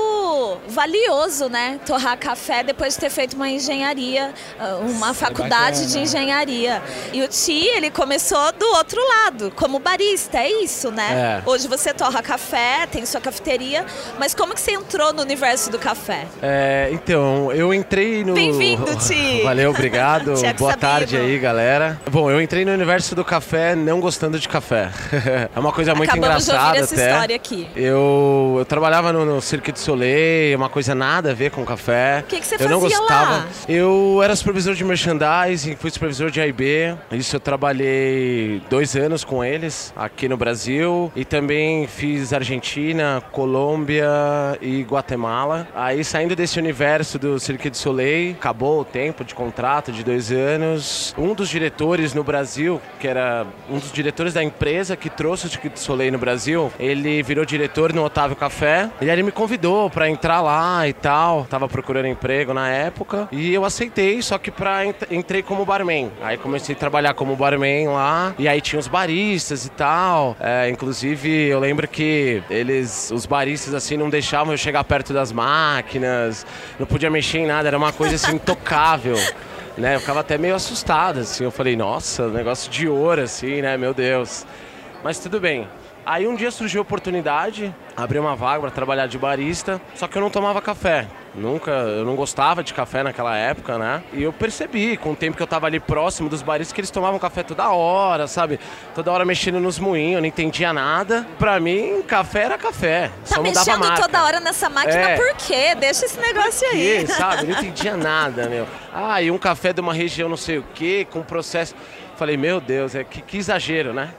valioso, né? Torrar café depois de ter feito uma engenharia, uma faculdade de engenharia. E o Ti, ele começou do outro lado, como barista, é isso, né? É. Hoje você torra café, tem sua cafeteria, mas como que você entrou no universo do café? É, então, eu entrei no... Bem-vindo, Ti! Valeu, obrigado. Boa tarde aí, galera. Bom, eu entrei no universo do café não gostando de café. É uma coisa muito Acabamos engraçada de ouvir essa até. história aqui. Eu, eu trabalhava no, no Cirque du Soleil, uma coisa nada a ver com café. O que, que você eu fazia não gostava. lá? Eu era supervisor de merchandising, fui supervisor de A e B. Isso eu trabalhei dois anos com eles aqui no Brasil. E também fiz Argentina, Colômbia e Guatemala. Aí saindo desse universo do Cirque du Soleil, acabou o tempo de contrato de dois anos. Um dos diretores no Brasil, que era um dos diretores da empresa que trouxe o Cirque du Soleil no Brasil, ele virou diretor no Otávio Café. E aí ele me convidou para entrar lá e tal. Tava procurando emprego na época. E eu aceitei, só que pra, entrei como barman. Aí comecei a trabalhar como barman lá. E aí tinha os baristas e tal. É, inclusive, eu lembro que eles, os baristas, assim, não deixavam eu chegar perto das máquinas. Não podia mexer em nada. Era uma coisa, assim, intocável. Né? Eu ficava até meio assustado, assim. Eu falei, nossa, negócio de ouro, assim, né? Meu Deus. Mas tudo bem. Aí um dia surgiu a oportunidade, abri uma vaga para trabalhar de barista, só que eu não tomava café. Nunca, eu não gostava de café naquela época, né? E eu percebi, com o tempo que eu tava ali próximo dos baristas, que eles tomavam café toda hora, sabe? Toda hora mexendo nos moinhos, eu não entendia nada. Pra mim, café era café, tá só mudava a marca. Tá mexendo toda hora nessa máquina, é. Por quê? Deixa esse negócio por aí. quê, sabe? Eu não entendia nada, meu. Ah, e um café de uma região não sei o quê, com processo... Falei, meu Deus, é que, que exagero, né?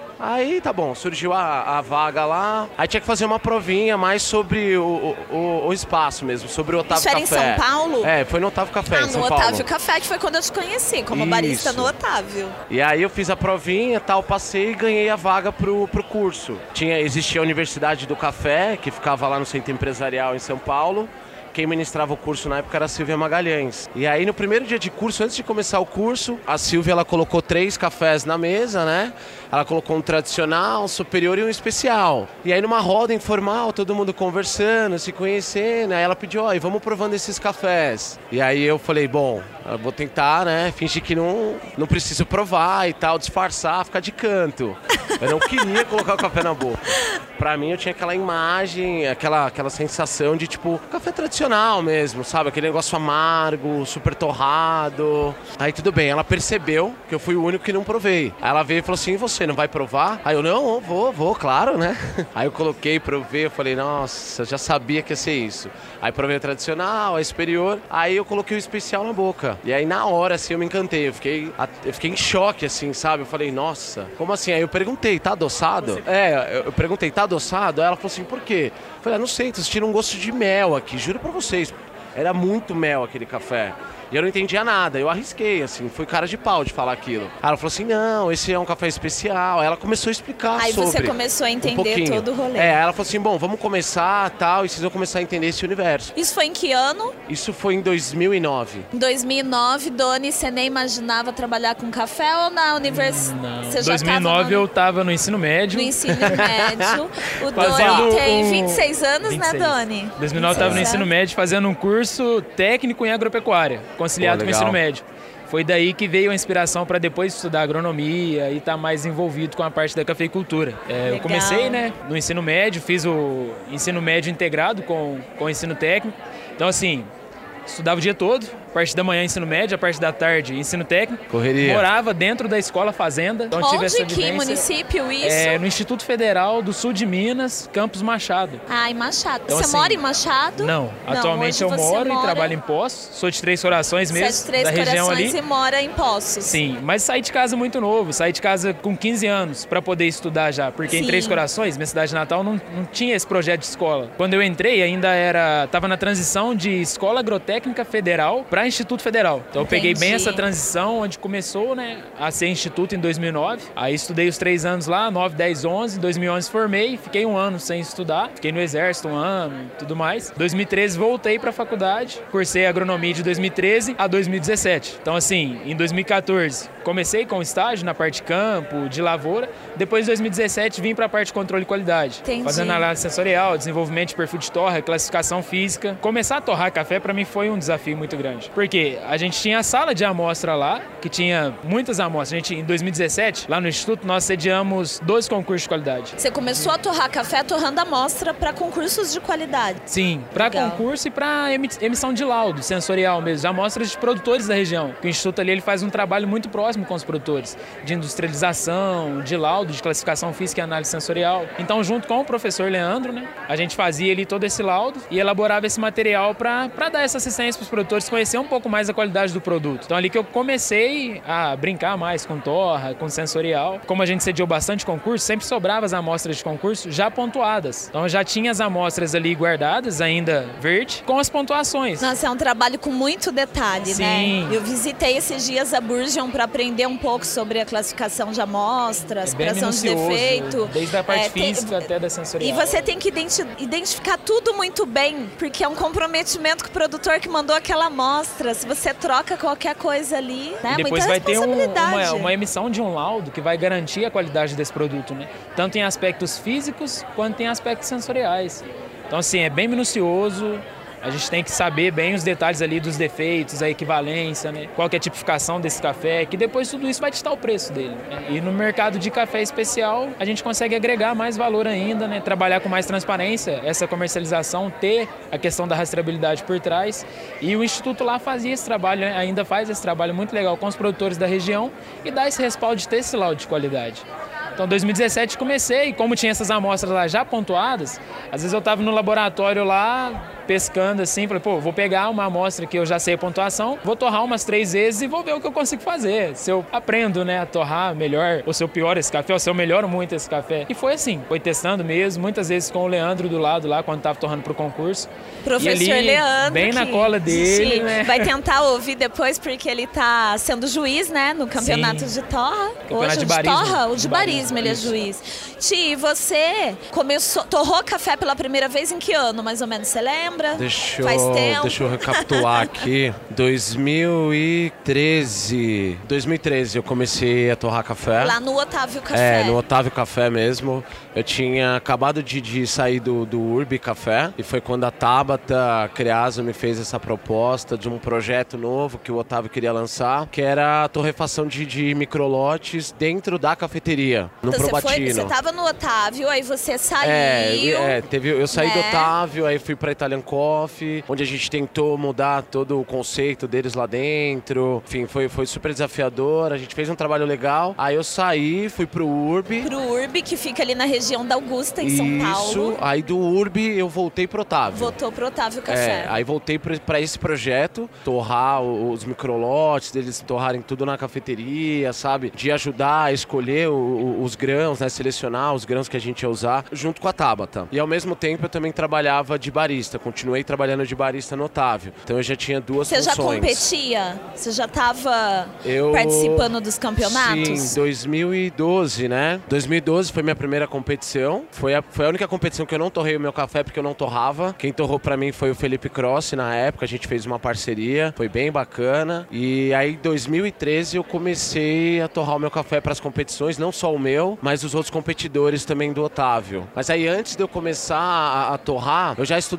Aí tá bom, surgiu a, a vaga lá, aí tinha que fazer uma provinha mais sobre o, o, o espaço mesmo, sobre o Otávio Café. Isso era em São Paulo? É, foi no Otávio Café, ah, em São no Paulo. Otávio Café, que foi quando eu te conheci, como Isso. barista no Otávio. E aí eu fiz a provinha, tal, passei e ganhei a vaga pro, pro curso. Tinha, existia a Universidade do Café, que ficava lá no Centro Empresarial em São Paulo. Quem ministrava o curso na época era a Silvia Magalhães. E aí no primeiro dia de curso, antes de começar o curso, a Silvia ela colocou três cafés na mesa, né? Ela colocou um tradicional, um superior e um especial. E aí numa roda informal, todo mundo conversando, se conhecendo, aí ela pediu, ó, e vamos provando esses cafés. E aí eu falei, bom, eu vou tentar, né, fingir que não, não preciso provar e tal, disfarçar, ficar de canto. Eu não queria colocar o café na boca. Pra mim eu tinha aquela imagem, aquela, aquela sensação de tipo, café tradicional mesmo, sabe? Aquele negócio amargo, super torrado. Aí tudo bem, ela percebeu que eu fui o único que não provei. Aí ela veio e falou assim, e você não vai provar? Aí eu, não, vou, vou, claro, né? Aí eu coloquei, provei, eu falei, nossa, eu já sabia que ia ser isso. Aí provei o tradicional, a superior, aí eu coloquei o especial na boca. E aí na hora, assim, eu me encantei, eu fiquei, eu fiquei em choque, assim, sabe? Eu falei, nossa, como assim? Aí eu perguntei, tá adoçado? É, eu perguntei, tá adoçado? Aí ela falou assim, por quê? Eu falei, ah, não sei, tô sentindo um gosto de mel aqui, juro pra vocês. Era muito mel aquele café. E eu não entendia nada, eu arrisquei, assim, fui cara de pau de falar aquilo. Aí ela falou assim, não, esse é um café especial. Aí ela começou a explicar Aí sobre. Aí você começou a entender um todo o rolê. É, ela falou assim, bom, vamos começar, tal, e vocês vão começar a entender esse universo. Isso foi em que ano? Isso foi em dois mil e nove. Em dois mil e nove, Doni, você nem imaginava trabalhar com café ou na universidade? Não, em dois mil e nove eu tava no ensino médio. No ensino médio. O Doni tem vinte e seis anos, vinte e seis. Né, Doni? Em dois mil e nove eu tava no ensino médio fazendo um curso técnico em agropecuária, conciliado Pô, com o ensino médio. Foi daí que veio a inspiração para depois estudar agronomia e estar tá mais envolvido com a parte da cafeicultura. É, eu comecei, né, no ensino médio, fiz o ensino médio integrado com, com o ensino técnico. Então, assim, estudava o dia todo, a parte da manhã ensino médio, a parte da tarde ensino técnico. Correria. Morava dentro da escola fazenda. Então tive essa Onde, que vivência. município isso? É, no Instituto Federal do Sul de Minas, Campos Machado. Ah, em Machado. Então, você assim, mora em Machado? Não, atualmente eu hoje você moro mora... e trabalho em Poços, sou de Três Corações mesmo, Você é de Três da região Corações ali. e mora em Poços. Sim, mas saí de casa muito novo, saí de casa com quinze anos para poder estudar já, porque Sim. em Três Corações, minha cidade natal, não, não tinha esse projeto de escola. Quando eu entrei, ainda era, tava na transição de Escola Agrotécnica Federal para Instituto Federal. Então eu peguei bem essa transição, onde começou, né, a ser instituto em dois mil e nove. Aí estudei os três anos lá, nove, dez, onze. Em dois mil e onze formei, fiquei um ano sem estudar, fiquei no exército um ano e tudo mais. Em dois mil e treze voltei para a faculdade, cursei agronomia de dois mil e treze a dois mil e dezessete. Então assim, em dois mil e quatorze comecei com estágio na parte de campo, de lavoura. Depois de dois mil e dezessete vim para a parte de controle de qualidade. Entendi. Fazendo análise sensorial, desenvolvimento de perfil de torra, classificação física. Começar a torrar café para mim foi um desafio muito grande. Porque a gente tinha a sala de amostra lá, que tinha muitas amostras. A gente, em dois mil e dezessete, lá no Instituto, nós sediamos doze concursos de qualidade. Você começou a torrar café torrando amostra para concursos de qualidade. Sim, para Legal. concurso e para emissão de laudo sensorial mesmo, de amostras de produtores da região. O Instituto ali ele faz um trabalho muito próximo com os produtores, de industrialização, de laudo, de classificação física e análise sensorial. Então, junto com o professor Leandro, né, a gente fazia ali todo esse laudo e elaborava esse material para dar essa assistência para os produtores conhecer um pouco mais a qualidade do produto. Então, ali que eu comecei a brincar mais com torra, com sensorial. Como a gente sediou bastante concurso, sempre sobrava as amostras de concurso já pontuadas. Então, eu já tinha as amostras ali guardadas, ainda verde, com as pontuações. Nossa, é um trabalho com muito detalhe, Sim. né? Eu visitei esses dias a Burgeon para aprender um pouco sobre a classificação de amostras, É bem aspiração de minucioso, defeito. desde a parte É, tem- física até da sensorial. E você tem que identi- identificar tudo muito bem, porque é um comprometimento com o produtor que mandou aquela amostra. Se você troca qualquer coisa ali, né? E depois Muita vai ter um- responsabilidade. uma, uma emissão de um laudo que vai garantir a qualidade desse produto, né? Tanto em aspectos físicos quanto em aspectos sensoriais. Então, assim, é bem minucioso. A gente tem que saber bem os detalhes ali dos defeitos, a equivalência, né? Qual que é a tipificação desse café, que depois tudo isso vai ditar o preço dele, né? E no mercado de café especial, a gente consegue agregar mais valor ainda, né? Trabalhar com mais transparência, essa comercialização, ter a questão da rastreabilidade por trás. E o Instituto lá fazia esse trabalho, né? Ainda faz esse trabalho muito legal com os produtores da região e dá esse respaldo de ter esse laudo de qualidade. Então, em dois mil e dezessete comecei, e como tinha essas amostras lá já pontuadas, às vezes eu estava no laboratório lá, pescando assim, falei, pô, vou pegar uma amostra que eu já sei a pontuação, vou torrar umas três vezes e vou ver o que eu consigo fazer. Se eu aprendo, né, a torrar melhor, ou se eu pioro esse café, ou se eu melhoro muito esse café. E foi assim, foi testando mesmo, muitas vezes com o Leandro do lado lá, quando estava torrando pro concurso. Professor e ali, Leandro, bem na que cola dele, Sim, né? vai tentar ouvir depois, porque ele tá sendo juiz, né, no campeonato Sim. de torra. Campeonato Hoje, de o barismo. torra, o de, De barismo, barismo, ele é isso. juiz. Ti, você começou, torrou café pela primeira vez em que ano, mais ou menos, você lembra? Deixa Faz eu, tempo. deixa eu recapitular aqui. dois mil e treze. dois mil e treze eu comecei a torrar café. Lá no Otávio Café. É, no Otávio Café mesmo. Eu tinha acabado de, de sair do, do Urbi Café e foi quando a Tabata Creaso me fez essa proposta de um projeto novo que o Otávio queria lançar, que era a torrefação de, de microlotes dentro da cafeteria, no Então, você foi, Probatino. você tava no Otávio, aí você saiu. É, é, teve, eu saí do né? Otávio, aí fui pra Italian Coffee, onde a gente tentou mudar todo o conceito deles lá dentro. Enfim, foi, foi super desafiador, a gente fez um trabalho legal. Aí eu saí, fui pro Urbi. Pro Urbi, que fica ali na região da Augusta, em São Paulo. Isso, aí do Urbi eu voltei pro Otávio. Voltou pro Otávio Café. É, aí voltei para esse projeto, torrar o- os microlotes, deles torrarem tudo na cafeteria, sabe? De ajudar a escolher o- o- os grãos, né? Selecionar os grãos que a gente ia usar, junto com a Tabata. E ao mesmo tempo eu também trabalhava de barista, continuei trabalhando de barista no Otávio. Então eu já tinha duas Você já funções. competia? Você já estava Eu- participando dos campeonatos? Sim, dois mil e doze, né? dois mil e doze foi minha primeira competição. Foi a, foi a única competição que eu não torrei o meu café porque eu não torrava. Quem torrou pra mim foi o Felipe Crossi na época, a gente fez uma parceria, foi bem bacana. E aí em dois mil e treze eu comecei a torrar o meu café pras competições, não só o meu, mas os outros competidores também do Otávio. Mas aí antes de eu começar a, a torrar, eu já estudava muito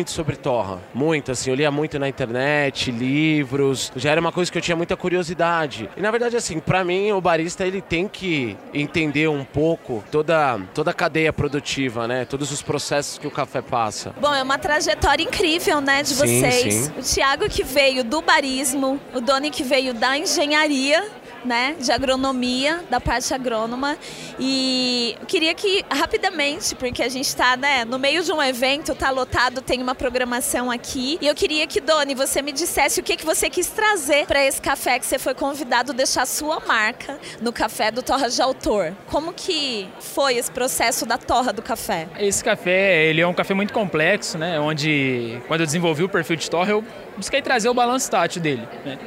muito sobre torra, muito, assim, eu lia muito na internet, livros, já era uma coisa que eu tinha muita curiosidade. E na verdade, assim, pra mim, o barista, ele tem que entender um pouco toda, toda a cadeia produtiva, né, todos os processos que o café passa. Bom, é uma trajetória incrível, né, de Sim, vocês. sim. O Thiago que veio do barismo, o Doni que veio da engenharia, né, de agronomia, da parte agrônoma. E eu queria que, rapidamente, porque a gente está, né, no meio de um evento, está lotado, tem uma programação aqui. E eu queria que, Doni, você me dissesse o que, que você quis trazer para esse café que você foi convidado a deixar a sua marca no café do Torra de Autor. Como que foi esse processo da torra do café? Esse café, ele é um café muito complexo, né, onde, quando eu desenvolvi o perfil de torra, eu busquei trazer o balanço tátil dele, né.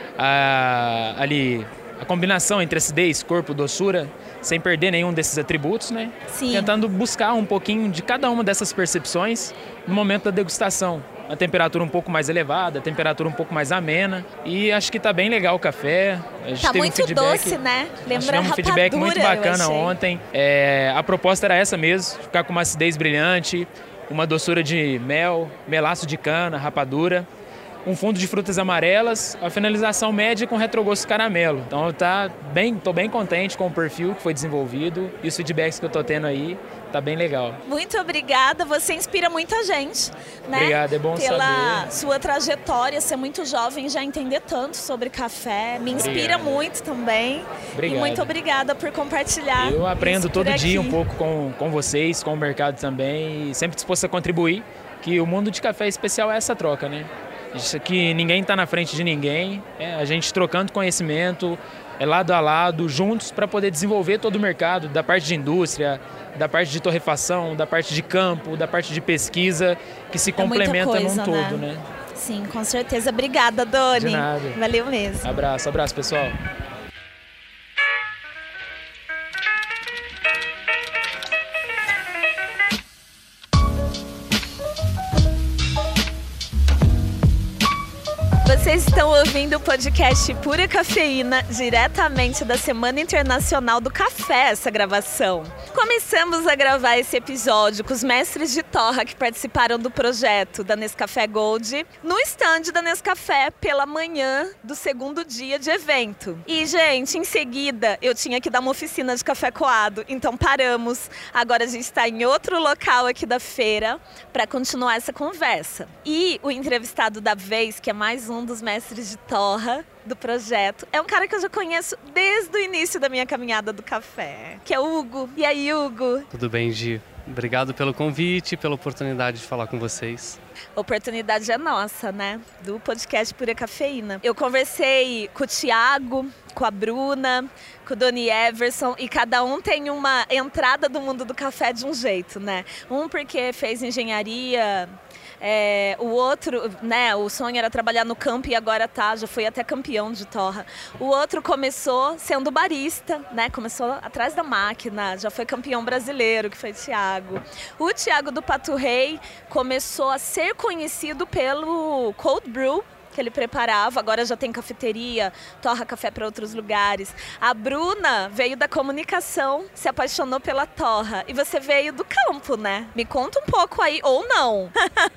Ah, ali... A combinação entre acidez, corpo, doçura, sem perder nenhum desses atributos, né? Sim. Tentando buscar um pouquinho de cada uma dessas percepções no momento da degustação. A temperatura um pouco mais elevada, a temperatura um pouco mais amena. E acho que tá bem legal o café. A gente Tá teve muito um feedback, doce, né? Lembra tivemos um feedback muito rapadura, eu bacana achei. ontem. É, a proposta era essa mesmo, ficar com uma acidez brilhante, uma doçura de mel, melaço de cana, rapadura. Um fundo de frutas amarelas, a finalização média com retrogosto caramelo. Então tá bem, tô bem contente com o perfil que foi desenvolvido e os feedbacks que eu tô tendo aí, tá bem legal. Muito obrigada, você inspira muita gente, né? Obrigado, é bom Pela saber. sua trajetória, ser muito jovem, já entender tanto sobre café, me inspira Obrigado. muito também. Obrigado. E muito obrigada por compartilhar. Eu aprendo isso por todo dia aqui. um pouco com, com vocês, com o mercado também, e sempre disposto a contribuir, que o mundo de café especial é essa troca, né? Isso aqui, ninguém está na frente de ninguém, é a gente trocando conhecimento, é lado a lado, juntos, para poder desenvolver todo o mercado, da parte de indústria, da parte de torrefação, da parte de campo, da parte de pesquisa, que se É muita complementa coisa, num todo, né? né? Sim, com certeza. Obrigada, Doni. De nada. Valeu mesmo. Abraço, abraço, pessoal. Vocês estão ouvindo o podcast Pura Cafeína, diretamente da Semana Internacional do Café, essa gravação. Começamos a gravar esse episódio com os mestres de torra que participaram do projeto da Nescafé Gold no estande da Nescafé pela manhã do segundo dia de evento. E, gente, em seguida eu tinha que dar uma oficina de café coado, então paramos. Agora a gente está em outro local aqui da feira para continuar essa conversa. E o entrevistado da vez, que é mais um dos mestres de torra do projeto, é um cara que eu já conheço desde o início da minha caminhada do café, que é o Hugo. E aí, Hugo? Tudo bem, Gi? Obrigado pelo convite, pela oportunidade de falar com vocês. A oportunidade é nossa, né? Do podcast Pura Cafeína. Eu conversei com o Thiago, com a Bruna, com o Doni Everson, e cada um tem uma entrada do mundo do café de um jeito, né? Um porque fez engenharia... É, o outro, né, o sonho era trabalhar no campo e agora tá, já foi até campeão de torra. O outro começou sendo barista, né, começou atrás da máquina, já foi campeão brasileiro, que foi o Thiago. O Thiago do Pato Rei começou a ser conhecido pelo cold brew, que ele preparava, agora já tem cafeteria, torra café para outros lugares. A Bruna veio da comunicação, se apaixonou pela torra. E você veio do campo, né? Me conta um pouco aí, ou não.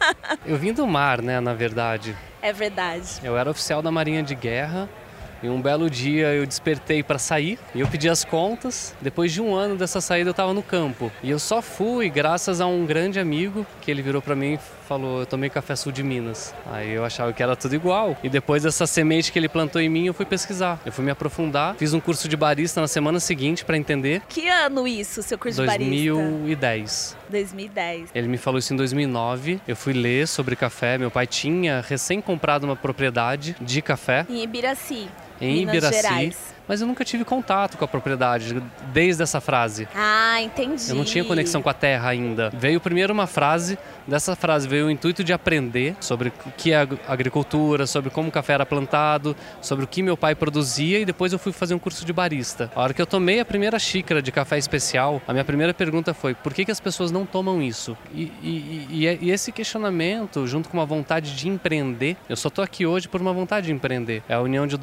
Eu vim do mar, né, na verdade. É verdade. Eu era oficial da Marinha de Guerra e um belo dia eu despertei para sair e eu pedi as contas. Depois de um ano dessa saída eu estava no campo. E eu só fui graças a um grande amigo que ele virou para mim e falou: eu tomei café sul de Minas. Aí eu achava que era tudo igual. E depois dessa semente que ele plantou em mim, eu fui pesquisar. Eu fui me aprofundar, fiz um curso de barista na semana seguinte para entender. Que ano isso, seu curso dois de mil e barista? dez. dois mil e dez. Ele me falou isso em dois mil e nove. Eu fui ler sobre café. Meu pai tinha recém comprado uma propriedade de café. Em Ibiraci, Em Minas Ibiraci, Gerais. mas eu nunca tive contato com a propriedade, desde essa frase. Ah, entendi. Eu não tinha conexão com a terra ainda. Veio primeiro uma frase, dessa frase veio o intuito de aprender sobre o que é agricultura, sobre como o café era plantado, sobre o que meu pai produzia, e depois eu fui fazer um curso de barista. A hora que eu tomei a primeira xícara de café especial, a minha primeira pergunta foi: por que que as pessoas não tomam isso? E, e, e, e esse questionamento, junto com uma vontade de empreender, eu só tô aqui hoje por uma vontade de empreender. É a união de duas coisas.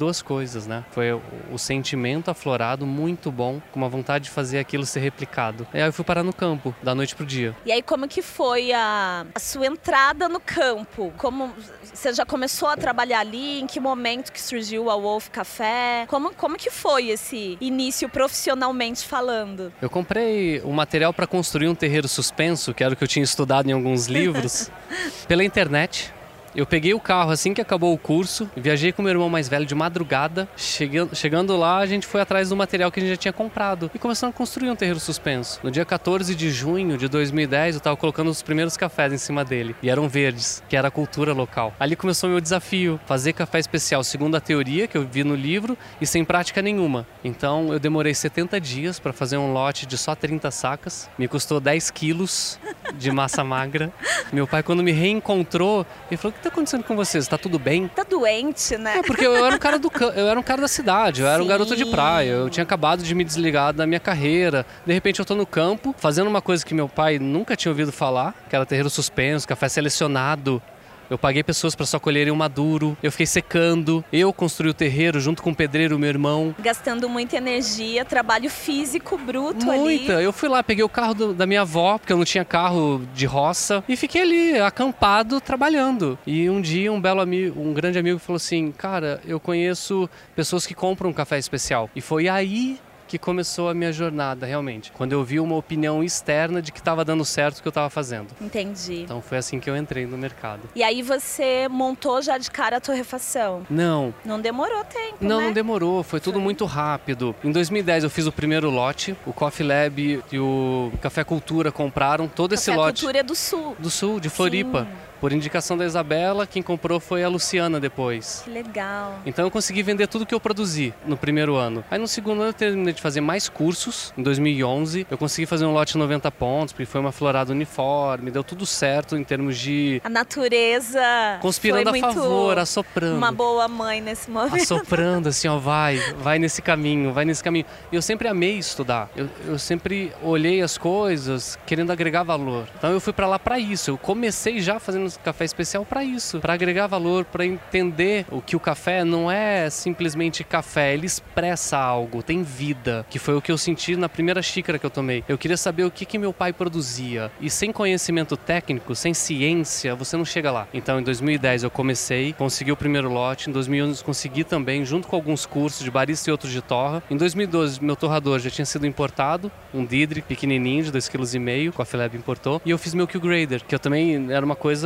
coisas, né? Foi o, o sentimento aflorado muito bom, com uma vontade de fazer aquilo ser replicado. E aí eu fui parar no campo, da noite pro dia. E aí como que foi a, a sua entrada no campo? Como você já começou a trabalhar ali? Em que momento que surgiu a Wolf Café? Como, como que foi esse início profissionalmente falando? Eu comprei o material para construir um terreiro suspenso, que era o que eu tinha estudado em alguns livros, pela internet. Eu peguei o carro assim que acabou o curso, viajei com meu irmão mais velho de madrugada. Chegando, chegando lá, a gente foi atrás do material que a gente já tinha comprado e começamos a construir um terreiro suspenso. No dia quatorze de junho de dois mil e dez, eu estava colocando os primeiros cafés em cima dele. E eram verdes, que era a cultura local. Ali começou o meu desafio, fazer café especial segundo a teoria que eu vi no livro e sem prática nenhuma. Então eu demorei setenta dias para fazer um lote de só trinta sacas. Me custou dez quilos de massa magra. Meu pai, quando me reencontrou, ele falou: o que está acontecendo com vocês? Está tudo bem? Tá doente, né? É, porque eu era um cara do eu era um cara da cidade, eu era um garoto de praia, eu tinha acabado de me desligar da minha carreira. De repente eu tô no campo, fazendo uma coisa que meu pai nunca tinha ouvido falar, que era terreiro suspenso, café selecionado. Eu paguei pessoas para só colherem o maduro, eu fiquei secando, eu construí o terreiro junto com o pedreiro, meu irmão. Gastando muita energia, trabalho físico bruto muita. ali. Muita. Eu fui lá, peguei o carro do, da minha avó, porque eu não tinha carro de roça, e fiquei ali, acampado, trabalhando. E um dia um belo amigo, um grande amigo falou assim: cara, eu conheço pessoas que compram um café especial. E foi aí que começou a minha jornada, realmente. Quando eu vi uma opinião externa de que estava dando certo o que eu estava fazendo. Entendi. Então foi assim que eu entrei no mercado. E aí você montou já de cara a torrefação? Não. Não demorou tempo, Não, né? não demorou. Foi tudo foi. muito rápido. Em dois mil e dez eu fiz o primeiro lote. O Coffee Lab e o Café Cultura compraram todo esse Café lote. Café Cultura é do Sul. Do Sul, de Floripa. Sim. Por indicação da Isabela, quem comprou foi a Luciana depois. Que legal. Então eu consegui vender tudo que eu produzi no primeiro ano. Aí no segundo ano eu terminei de fazer mais cursos. Em dois mil e onze eu consegui fazer um lote de noventa pontos, porque foi uma florada uniforme, deu tudo certo em termos de... A natureza conspirando foi a favor, assoprando. Uma boa mãe nesse momento. Assoprando assim, ó, vai, vai nesse caminho, vai nesse caminho. E eu sempre amei estudar. Eu, eu sempre olhei as coisas querendo agregar valor. Então eu fui pra lá pra isso. Eu comecei já fazendo café especial para isso, para agregar valor, para entender o que o café não é simplesmente café, ele expressa algo, tem vida, que foi o que eu senti na primeira xícara que eu tomei. Eu queria saber o que que meu pai produzia, e sem conhecimento técnico, sem ciência, você não chega lá. Então em dois mil e dez eu comecei, consegui o primeiro lote, em dois mil e onze consegui também, junto com alguns cursos de barista e outros de torra. Em dois mil e doze meu torrador já tinha sido importado, um Didri pequenininho de dois vírgula cinco quilos, Coffee Lab importou, e eu fiz meu Q-Grader, que eu também era uma coisa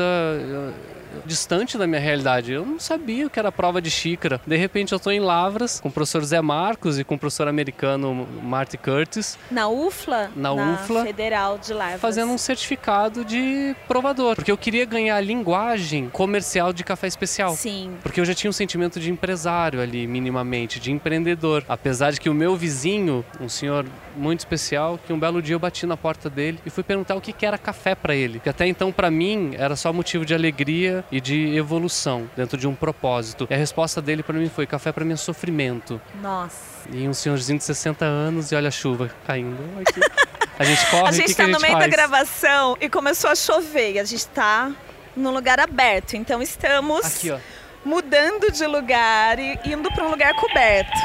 distante da minha realidade. Eu não sabia o que era prova de xícara. De repente eu estou em Lavras com o professor Zé Marcos e com o professor americano Marty Curtis. Na U F L A? Na, na U F L A. Federal de Lavras. Fazendo um certificado de provador. Porque eu queria ganhar a linguagem comercial de café especial. Sim. Porque eu já tinha um sentimento de empresário ali, minimamente, de empreendedor. Apesar de que o meu vizinho, um senhor muito especial, que um belo dia eu bati na porta dele e fui perguntar o que que era café para ele. Que até então, para mim, era só motivo de alegria e de evolução dentro de um propósito. E a resposta dele para mim foi: café para mim é sofrimento. Nossa. E um senhorzinho de sessenta anos e olha a chuva caindo aqui. A gente corre, a gente está no meio faz? da gravação e começou a chover. E a gente está num lugar aberto. Então estamos aqui, ó, mudando de lugar e indo para um lugar coberto.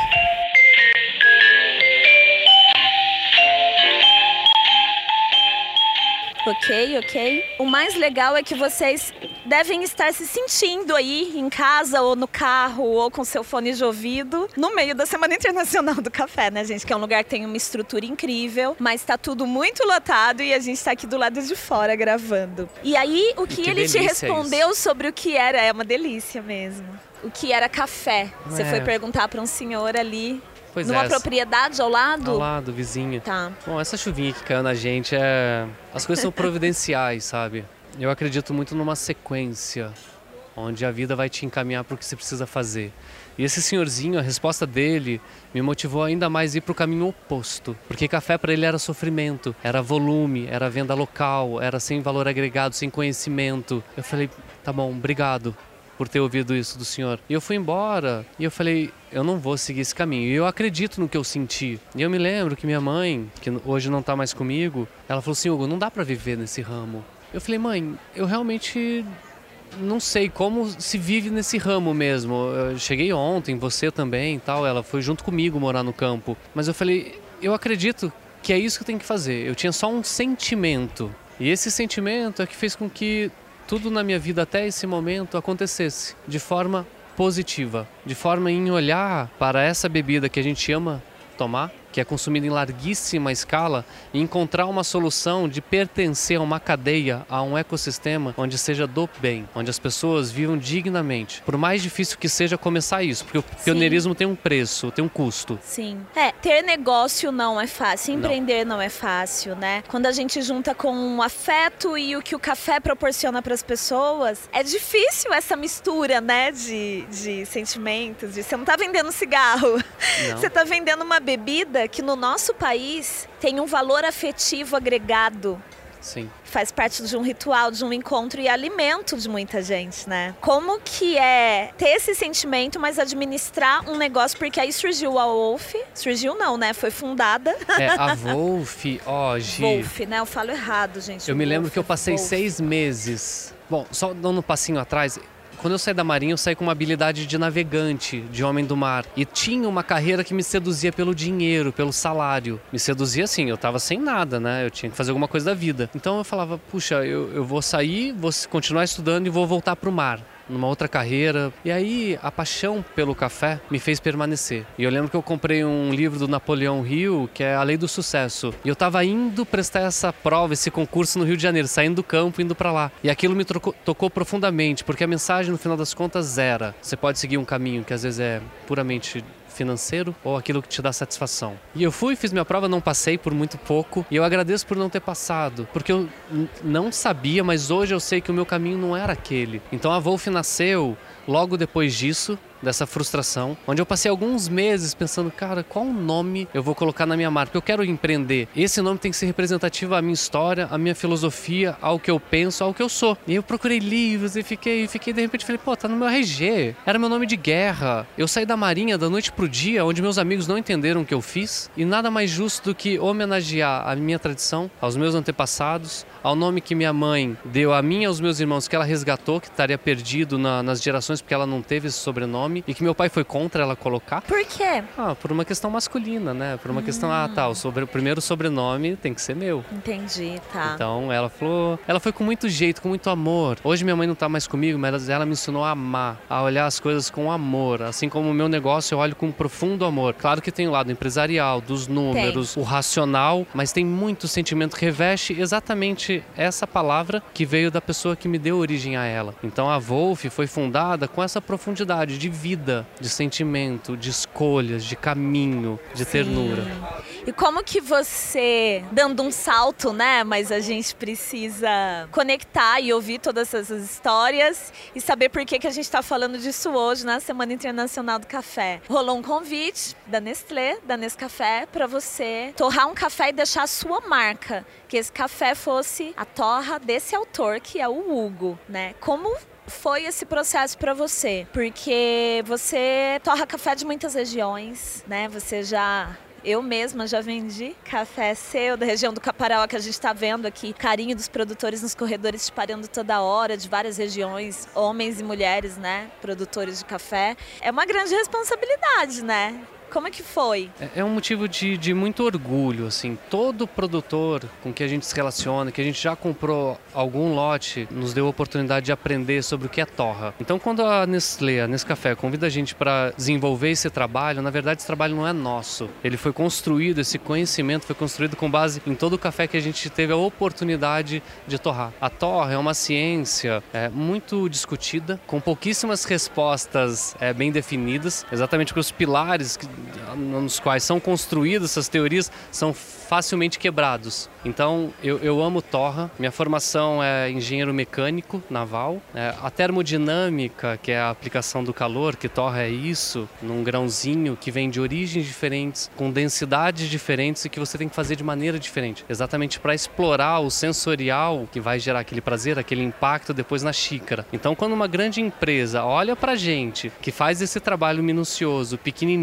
Ok, ok. O mais legal é que vocês devem estar se sentindo aí em casa ou no carro ou com seu fone de ouvido no meio da Semana Internacional do Café, né, gente? Que é um lugar que tem uma estrutura incrível, mas tá tudo muito lotado e a gente tá aqui do lado de fora gravando. E aí, o que, que ele te respondeu isso. sobre o que era, é uma delícia mesmo. O que era café. Você é. foi perguntar para um senhor ali... Pois Numa é, propriedade ao lado? Ao lado, vizinha. Tá. Bom, essa chuvinha que caiu na gente é... As coisas são providenciais, sabe? Eu acredito muito numa sequência, onde a vida vai te encaminhar para o que você precisa fazer. E esse senhorzinho, a resposta dele, me motivou ainda mais a ir para o caminho oposto. Porque café para ele era sofrimento, era volume, era venda local, era sem valor agregado, sem conhecimento. Eu falei, tá bom, obrigado por ter ouvido isso do senhor. E eu fui embora e eu falei, eu não vou seguir esse caminho. E eu acredito no que eu senti. E eu me lembro que minha mãe, que hoje não está mais comigo, ela falou assim, Hugo, não dá para viver nesse ramo. Eu falei, mãe, eu realmente não sei como se vive nesse ramo mesmo. Eu cheguei ontem, você também e tal, ela foi junto comigo morar no campo. Mas eu falei, eu acredito que é isso que eu tenho que fazer. Eu tinha só um sentimento. E esse sentimento é que fez com que tudo na minha vida até esse momento acontecesse de forma positiva. De forma em olhar para essa bebida que a gente ama tomar, que é consumida em larguíssima escala, e encontrar uma solução de pertencer a uma cadeia, a um ecossistema onde seja do bem, onde as pessoas vivam dignamente. Por mais difícil que seja começar isso, porque o pioneirismo tem um preço, tem um custo. Sim. É, ter negócio não é fácil, empreender não, não é fácil, né? Quando a gente junta com o afeto e o que o café proporciona para as pessoas, é difícil essa mistura, né, de, de sentimentos, de você não tá vendendo cigarro, não. Você tá vendendo uma bebida que no nosso país tem um valor afetivo agregado. Sim. Faz parte de um ritual, de um encontro e alimento de muita gente, né? Como que é ter esse sentimento, mas administrar um negócio? Porque aí surgiu a Wolf. Surgiu não, né? Foi fundada. É, a Wolf, ó, oh, Gi. Wolf, né? Eu falo errado, gente. Eu me Wolf, lembro que eu passei Wolf. seis meses. Bom, só dando um passinho atrás... Quando eu saí da Marinha, eu saí com uma habilidade de navegante, de homem do mar. E tinha uma carreira que me seduzia pelo dinheiro, pelo salário. Me seduzia assim, eu tava sem nada, né? Eu tinha que fazer alguma coisa da vida. Então eu falava, puxa, eu, eu vou sair, vou continuar estudando e vou voltar pro mar. Numa outra carreira. E aí a paixão pelo café me fez permanecer. E eu lembro que eu comprei um livro do Napoleão Hill, que é A Lei do Sucesso. E eu tava indo prestar essa prova, esse concurso no Rio de Janeiro, saindo do campo, indo pra lá. E aquilo me tocou, tocou profundamente, porque a mensagem no final das contas era: você pode seguir um caminho que às vezes é puramente financeiro ou aquilo que te dá satisfação. E eu fui, fiz minha prova, não passei por muito pouco, e eu agradeço por não ter passado, porque eu não sabia, mas hoje eu sei que o meu caminho não era aquele. Então a Wolf nasceu logo depois disso, dessa frustração, onde eu passei alguns meses pensando, cara, qual nome eu vou colocar na minha marca? Eu quero empreender. Esse nome tem que ser representativo à minha história, à minha filosofia, ao que eu penso, ao que eu sou. E eu procurei livros e fiquei, fiquei de repente falei, pô, tá no meu R G. Era meu nome de guerra. Eu saí da Marinha da noite pro dia, onde meus amigos não entenderam o que eu fiz, e nada mais justo do que homenagear a minha tradição, aos meus antepassados, ao nome que minha mãe deu a mim e aos meus irmãos, que ela resgatou, que estaria perdido na, nas gerações porque ela não teve esse sobrenome, e que meu pai foi contra ela colocar. Por quê? Ah, por uma questão masculina, né? Por uma hum. questão, ah, tá, o, sobre, o primeiro sobrenome tem que ser meu. Entendi, tá. Então ela falou, ela foi com muito jeito, com muito amor. Hoje minha mãe não tá mais comigo, mas ela me ensinou a amar, a olhar as coisas com amor. Assim como o meu negócio eu olho com profundo amor. Claro que tem o lado empresarial, dos números, tem. O racional, mas tem muito sentimento que reveste exatamente essa palavra que veio da pessoa que me deu origem a ela. Então a Wolf foi fundada com essa profundidade de vida, de sentimento, de escolhas, de caminho, de Sim. ternura. E como que você, dando um salto, né? Mas a gente precisa conectar e ouvir todas essas histórias e saber por que, que a gente está falando disso hoje na Semana Internacional do Café. Rolou um convite da Nestlé, da Nescafé, para você torrar um café e deixar a sua marca. Que esse café fosse a torra desse autor, que é o Hugo, né? Como foi esse processo para você? Porque você torra café de muitas regiões, né? Você já... Eu mesma já vendi café seu da região do Caparaó, que a gente está vendo aqui. Carinho dos produtores nos corredores te parando toda hora, de várias regiões, homens e mulheres, né? Produtores de café. É uma grande responsabilidade, né? Como é que foi? É um motivo de, de muito orgulho, assim. Todo produtor com que a gente se relaciona, que a gente já comprou algum lote, nos deu a oportunidade de aprender sobre o que é torra. Então, quando a Nestlé, a Nescafé, convida a gente para desenvolver esse trabalho, na verdade, esse trabalho não é nosso. Ele foi construído, esse conhecimento foi construído com base em todo o café que a gente teve a oportunidade de torrar. A torra é uma ciência é, muito discutida, com pouquíssimas respostas é, bem definidas, exatamente porque os pilares que nos quais são construídas essas teorias são facilmente quebrados. Então, eu, eu amo torra. Minha formação é engenheiro mecânico naval. É, a termodinâmica, que é a aplicação do calor, que torra é isso, num grãozinho que vem de origens diferentes, com densidades diferentes e que você tem que fazer de maneira diferente. Exatamente para explorar o sensorial que vai gerar aquele prazer, aquele impacto depois na xícara. Então, quando uma grande empresa olha pra gente, que faz esse trabalho minucioso, pequenininho, que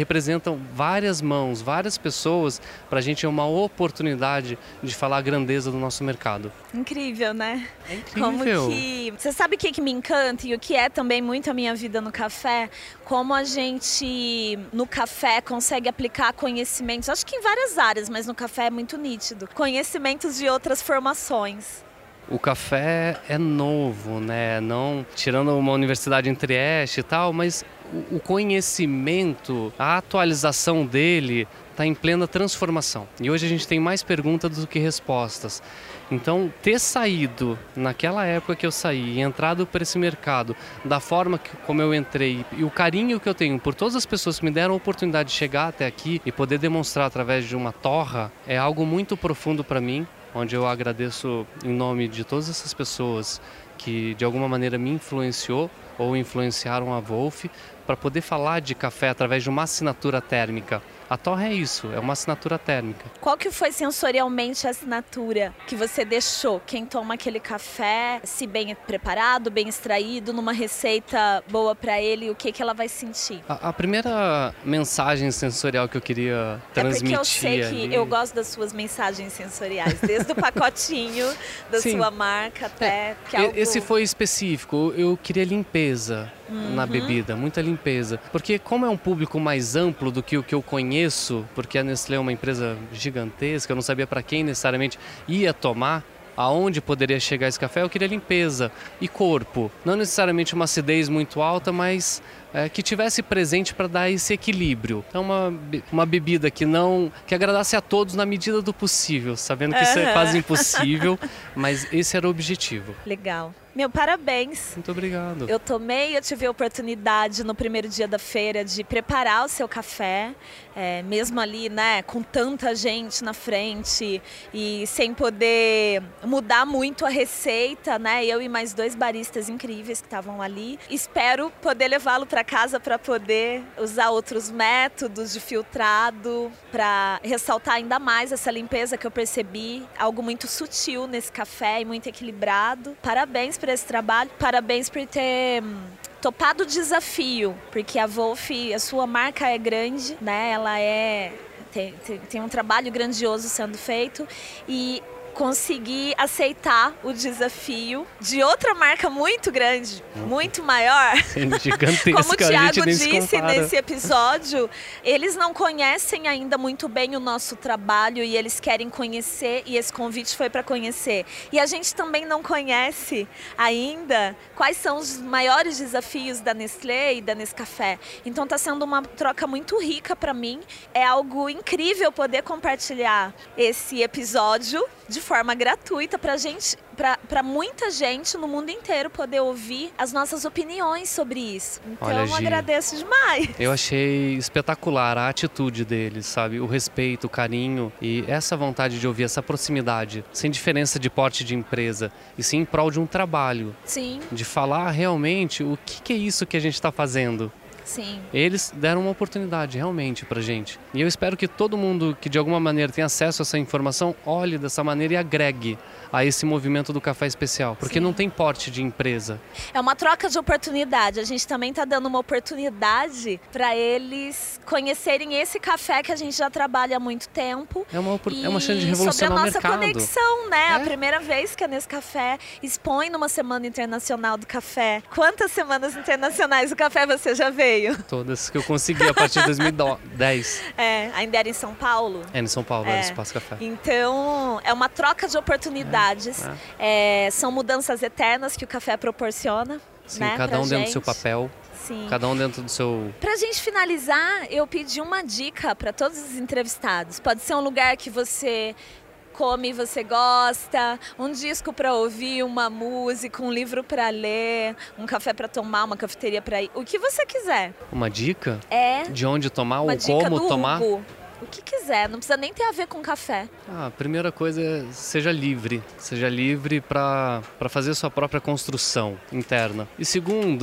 representam várias mãos, várias pessoas, para a gente ter uma oportunidade de falar a grandeza do nosso mercado. Incrível, né? É incrível. Como que... Você sabe o que, que me encanta e o que é também muito a minha vida no café? Como a gente, no café, consegue aplicar conhecimentos, acho que em várias áreas, mas no café é muito nítido, conhecimentos de outras formações. O café é novo, né? Não tirando uma universidade em Trieste e tal, mas o conhecimento, a atualização dele está em plena transformação. E hoje a gente tem mais perguntas do que respostas. Então, ter saído naquela época que eu saí e entrado por esse mercado da forma que, como eu entrei e o carinho que eu tenho por todas as pessoas que me deram a oportunidade de chegar até aqui e poder demonstrar através de uma torra é algo muito profundo para mim, onde eu agradeço em nome de todas essas pessoas que de alguma maneira me influenciou ou influenciaram a Wolf para poder falar de café através de uma assinatura térmica. A torra é isso, é uma assinatura térmica. Qual que foi sensorialmente a assinatura que você deixou? Quem toma aquele café, se bem preparado, bem extraído, numa receita boa para ele, o que, que ela vai sentir? A, a primeira mensagem sensorial que eu queria transmitir... É porque eu sei que ali... eu gosto das suas mensagens sensoriais, desde o pacotinho da Sim. sua marca até... É, que algo... Esse foi específico, eu queria limpeza uhum. na bebida, muita limpeza. Porque como é um público mais amplo do que o que eu conheço, porque a Nestlé é uma empresa gigantesca, eu não sabia para quem necessariamente ia tomar, aonde poderia chegar esse café, eu queria limpeza e corpo. Não necessariamente uma acidez muito alta, mas é, que tivesse presente para dar esse equilíbrio. Então uma, uma bebida que não que agradasse a todos na medida do possível, sabendo que uhum. isso é quase impossível, mas esse era o objetivo. Legal. Meu, parabéns. Muito obrigado. Eu tomei, eu tive a oportunidade no primeiro dia da feira de preparar o seu café, é, mesmo ali, né, com tanta gente na frente e sem poder mudar muito a receita, né? Eu e mais dois baristas incríveis que estavam ali. Espero poder levá-lo para casa para poder usar outros métodos de filtrado, para ressaltar ainda mais essa limpeza que eu percebi, algo muito sutil nesse café e muito equilibrado. Parabéns por esse trabalho, parabéns por ter hum, topado o desafio, porque a Wolf, a sua marca é grande, né? Ela é tem, tem, tem um trabalho grandioso sendo feito e conseguir aceitar o desafio de outra marca muito grande, muito maior. Sim, gigantesca. Como o Thiago disse se nesse episódio, eles não conhecem ainda muito bem o nosso trabalho e eles querem conhecer e esse convite foi para conhecer. E a gente também não conhece ainda quais são os maiores desafios da Nestlé e da Nescafé. Então está sendo uma troca muito rica para mim. É algo incrível poder compartilhar esse episódio de forma gratuita para gente, para muita gente no mundo inteiro poder ouvir as nossas opiniões sobre isso. Então Olha, eu Gi, agradeço demais. Eu achei espetacular a atitude deles, sabe? O respeito, o carinho e essa vontade de ouvir, essa proximidade, sem diferença de porte de empresa, e sim em prol de um trabalho. Sim. De falar realmente o que, que é isso que a gente está fazendo. Sim. Eles deram uma oportunidade realmente pra gente. E eu espero que todo mundo que de alguma maneira tem acesso a essa informação olhe dessa maneira e agregue a esse movimento do café especial. Porque Sim. não tem porte de empresa. É uma troca de oportunidade. A gente também está dando uma oportunidade para eles conhecerem esse café que a gente já trabalha há muito tempo. É uma, é uma chance de revolucionar o mercado. Sobre a nossa conexão, né? É? A primeira vez que a Nescafé expõe numa Semana Internacional do Café. Quantas semanas internacionais do café você já veio? Todas que eu consegui a partir de dois mil e dez. É, ainda era em São Paulo? É, em São Paulo, é. era o Espaço Café. Então, é uma troca de oportunidades. É, é. É, são mudanças eternas que o café proporciona. Sim, né, cada um gente. dentro do seu papel. Sim. Cada um dentro do seu... Pra gente finalizar, eu pedi uma dica para todos os entrevistados. Pode ser um lugar que você come e você gosta, um disco para ouvir, uma música, um livro para ler, um café para tomar, uma cafeteria para ir, o que você quiser. Uma dica? É. De onde tomar ou dica como do tomar? Hugo. O que quiser, não precisa nem ter a ver com café. Ah, a primeira coisa é seja livre. Seja livre para para fazer sua própria construção interna. E segundo,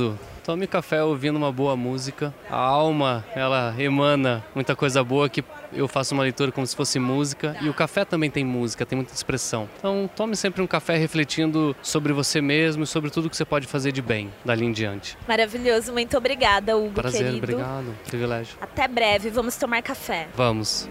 Tome café ouvindo uma boa música. A alma, ela emana muita coisa boa que eu faço uma leitura como se fosse música. E o café também tem música, tem muita expressão. Então tome sempre um café refletindo sobre você mesmo e sobre tudo que você pode fazer de bem dali em diante. Maravilhoso, muito obrigada, Hugo, Prazer, querido. obrigado, privilégio. Até breve, vamos tomar café. Vamos.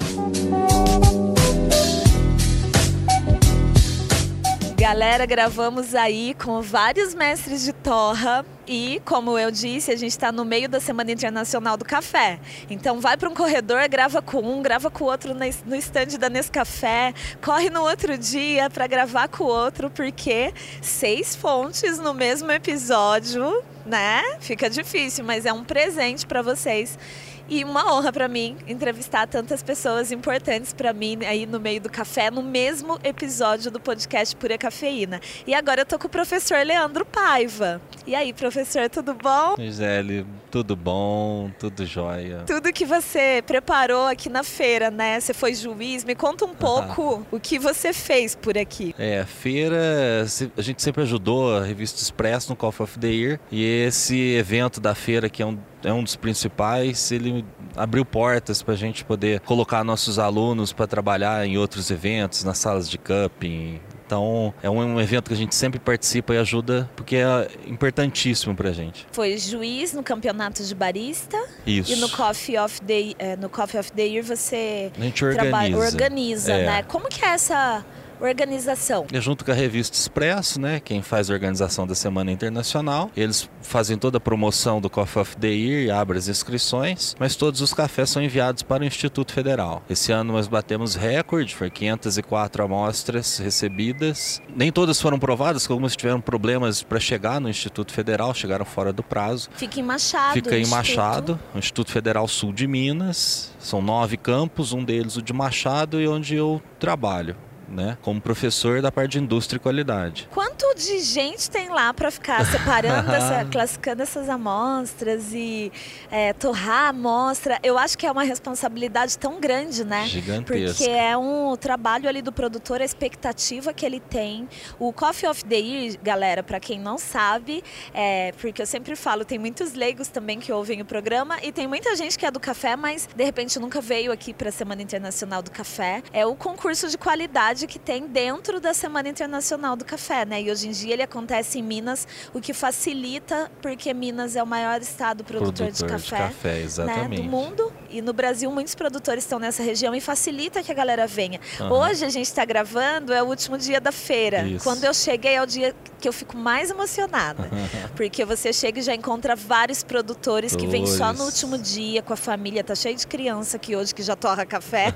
Galera, gravamos aí com vários mestres de torra e, como eu disse, a gente está no meio da Semana Internacional do Café. Então vai para um corredor, grava com um, grava com o outro no estande da Nescafé, corre no outro dia para gravar com o outro, porque seis fontes no mesmo episódio, né? Fica difícil, mas é um presente para vocês. E uma honra para mim entrevistar tantas pessoas importantes para mim aí no meio do café, no mesmo episódio do podcast Pura Cafeína. E agora eu tô com o professor Leandro Paiva. E aí, professor, tudo bom? Gisele, tudo bom, tudo jóia. Tudo que você preparou aqui na feira, né? Você foi juiz, me conta um pouco o que você fez por aqui. É, a feira, a gente sempre ajudou a Revista Expresso no Coffee of the Year. E esse evento da feira, que é um é um dos principais, ele abriu portas para a gente poder colocar nossos alunos para trabalhar em outros eventos, nas salas de cupping. Então é um evento que a gente sempre participa e ajuda, porque é importantíssimo para a gente. Foi juiz no campeonato de barista. Isso. E no Coffee of the, no Coffee of the Year você a gente organiza, trabalha, organiza é. né? Como que é essa organização? É junto com a Revista Expresso, né? Quem faz a organização da Semana Internacional. Eles fazem toda a promoção do Coffee of the Year e abrem as inscrições, mas todos os cafés são enviados para o Instituto Federal. Esse ano nós batemos recorde, foi quinhentas e quatro amostras recebidas. Nem todas foram provadas, algumas tiveram problemas para chegar no Instituto Federal, chegaram fora do prazo. Fica em Machado. Fica em Machado, o Instituto Federal Sul de Minas. São nove campos, um deles o de Machado e onde eu trabalho, né, como professor da parte de indústria e qualidade. Quanto de gente tem lá para ficar separando, essa, classificando essas amostras e é, torrar a amostra? Eu acho que é uma responsabilidade tão grande, né? Gigantesca. Porque é um trabalho ali do produtor, a expectativa que ele tem. O Coffee of the Year, galera, para quem não sabe, é, porque eu sempre falo, tem muitos leigos também que ouvem o programa e tem muita gente que é do café, mas de repente nunca veio aqui para a Semana Internacional do Café. É o concurso de qualidade que tem dentro da Semana Internacional do Café, né? E hoje em dia ele acontece em Minas, o que facilita, porque Minas é o maior estado produtor, produtor de café, de café exatamente. Né, do mundo. E no Brasil muitos produtores estão nessa região e facilita que a galera venha. Uhum. Hoje a gente está gravando, é o último dia da feira. Isso. Quando eu cheguei é o dia que eu fico mais emocionada, porque você chega e já encontra vários produtores que vêm só no último dia com a família, tá cheio de criança aqui hoje que já torra café.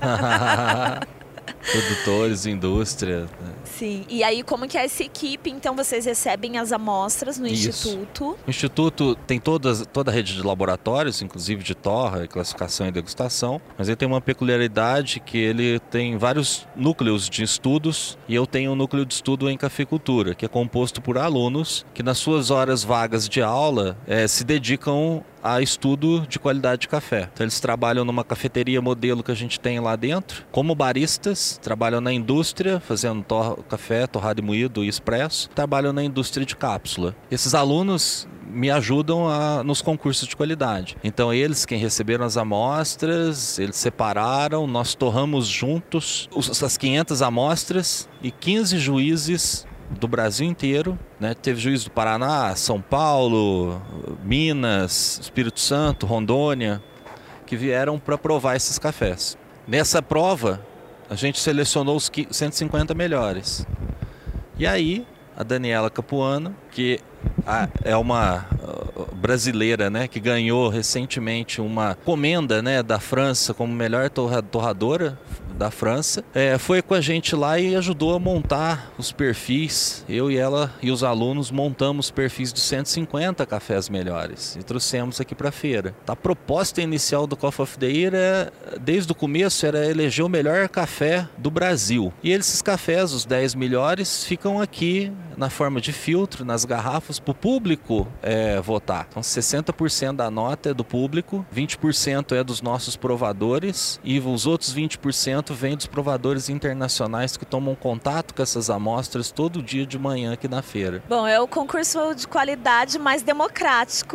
Produtores, indústria. Né? Sim, e aí como que é essa equipe? Então vocês recebem as amostras no Isso. Instituto? O Instituto tem todas, toda a rede de laboratórios, inclusive de torra, classificação e degustação, mas ele tem uma peculiaridade que ele tem vários núcleos de estudos e eu tenho um núcleo de estudo em cafeicultura, que é composto por alunos que nas suas horas vagas de aula é, se dedicam a estudo de qualidade de café. Então eles trabalham numa cafeteria modelo que a gente tem lá dentro, como baristas, trabalham na indústria, fazendo torra, café, torrado e moído e expresso, trabalham na indústria de cápsula. Esses alunos me ajudam a, nos concursos de qualidade. Então eles, quem receberam as amostras, eles separaram, nós torramos juntos os, as quinhentas amostras e quinze juízes do Brasil inteiro, né? Teve juiz do Paraná, São Paulo, Minas, Espírito Santo, Rondônia, que vieram para provar esses cafés. Nessa prova, a gente selecionou os cento e cinquenta melhores. E aí, a Daniela Capuano, que é uma brasileira, né, que ganhou recentemente uma comenda, né, da França como melhor torradora da França, é, foi com a gente lá e ajudou a montar os perfis. Eu e ela e os alunos montamos perfis de cento e cinquenta cafés melhores e trouxemos aqui para a feira. A proposta inicial do Coffee of the Year, é, desde o começo, era eleger o melhor café do Brasil. E esses cafés, os dez melhores, ficam aqui na forma de filtro, nas garrafas, para o público é, votar. Então sessenta por cento da nota é do público, vinte por cento é dos nossos provadores e os outros vinte por cento vem dos provadores internacionais que tomam contato com essas amostras todo dia de manhã aqui na feira. Bom, é o concurso de qualidade mais democrático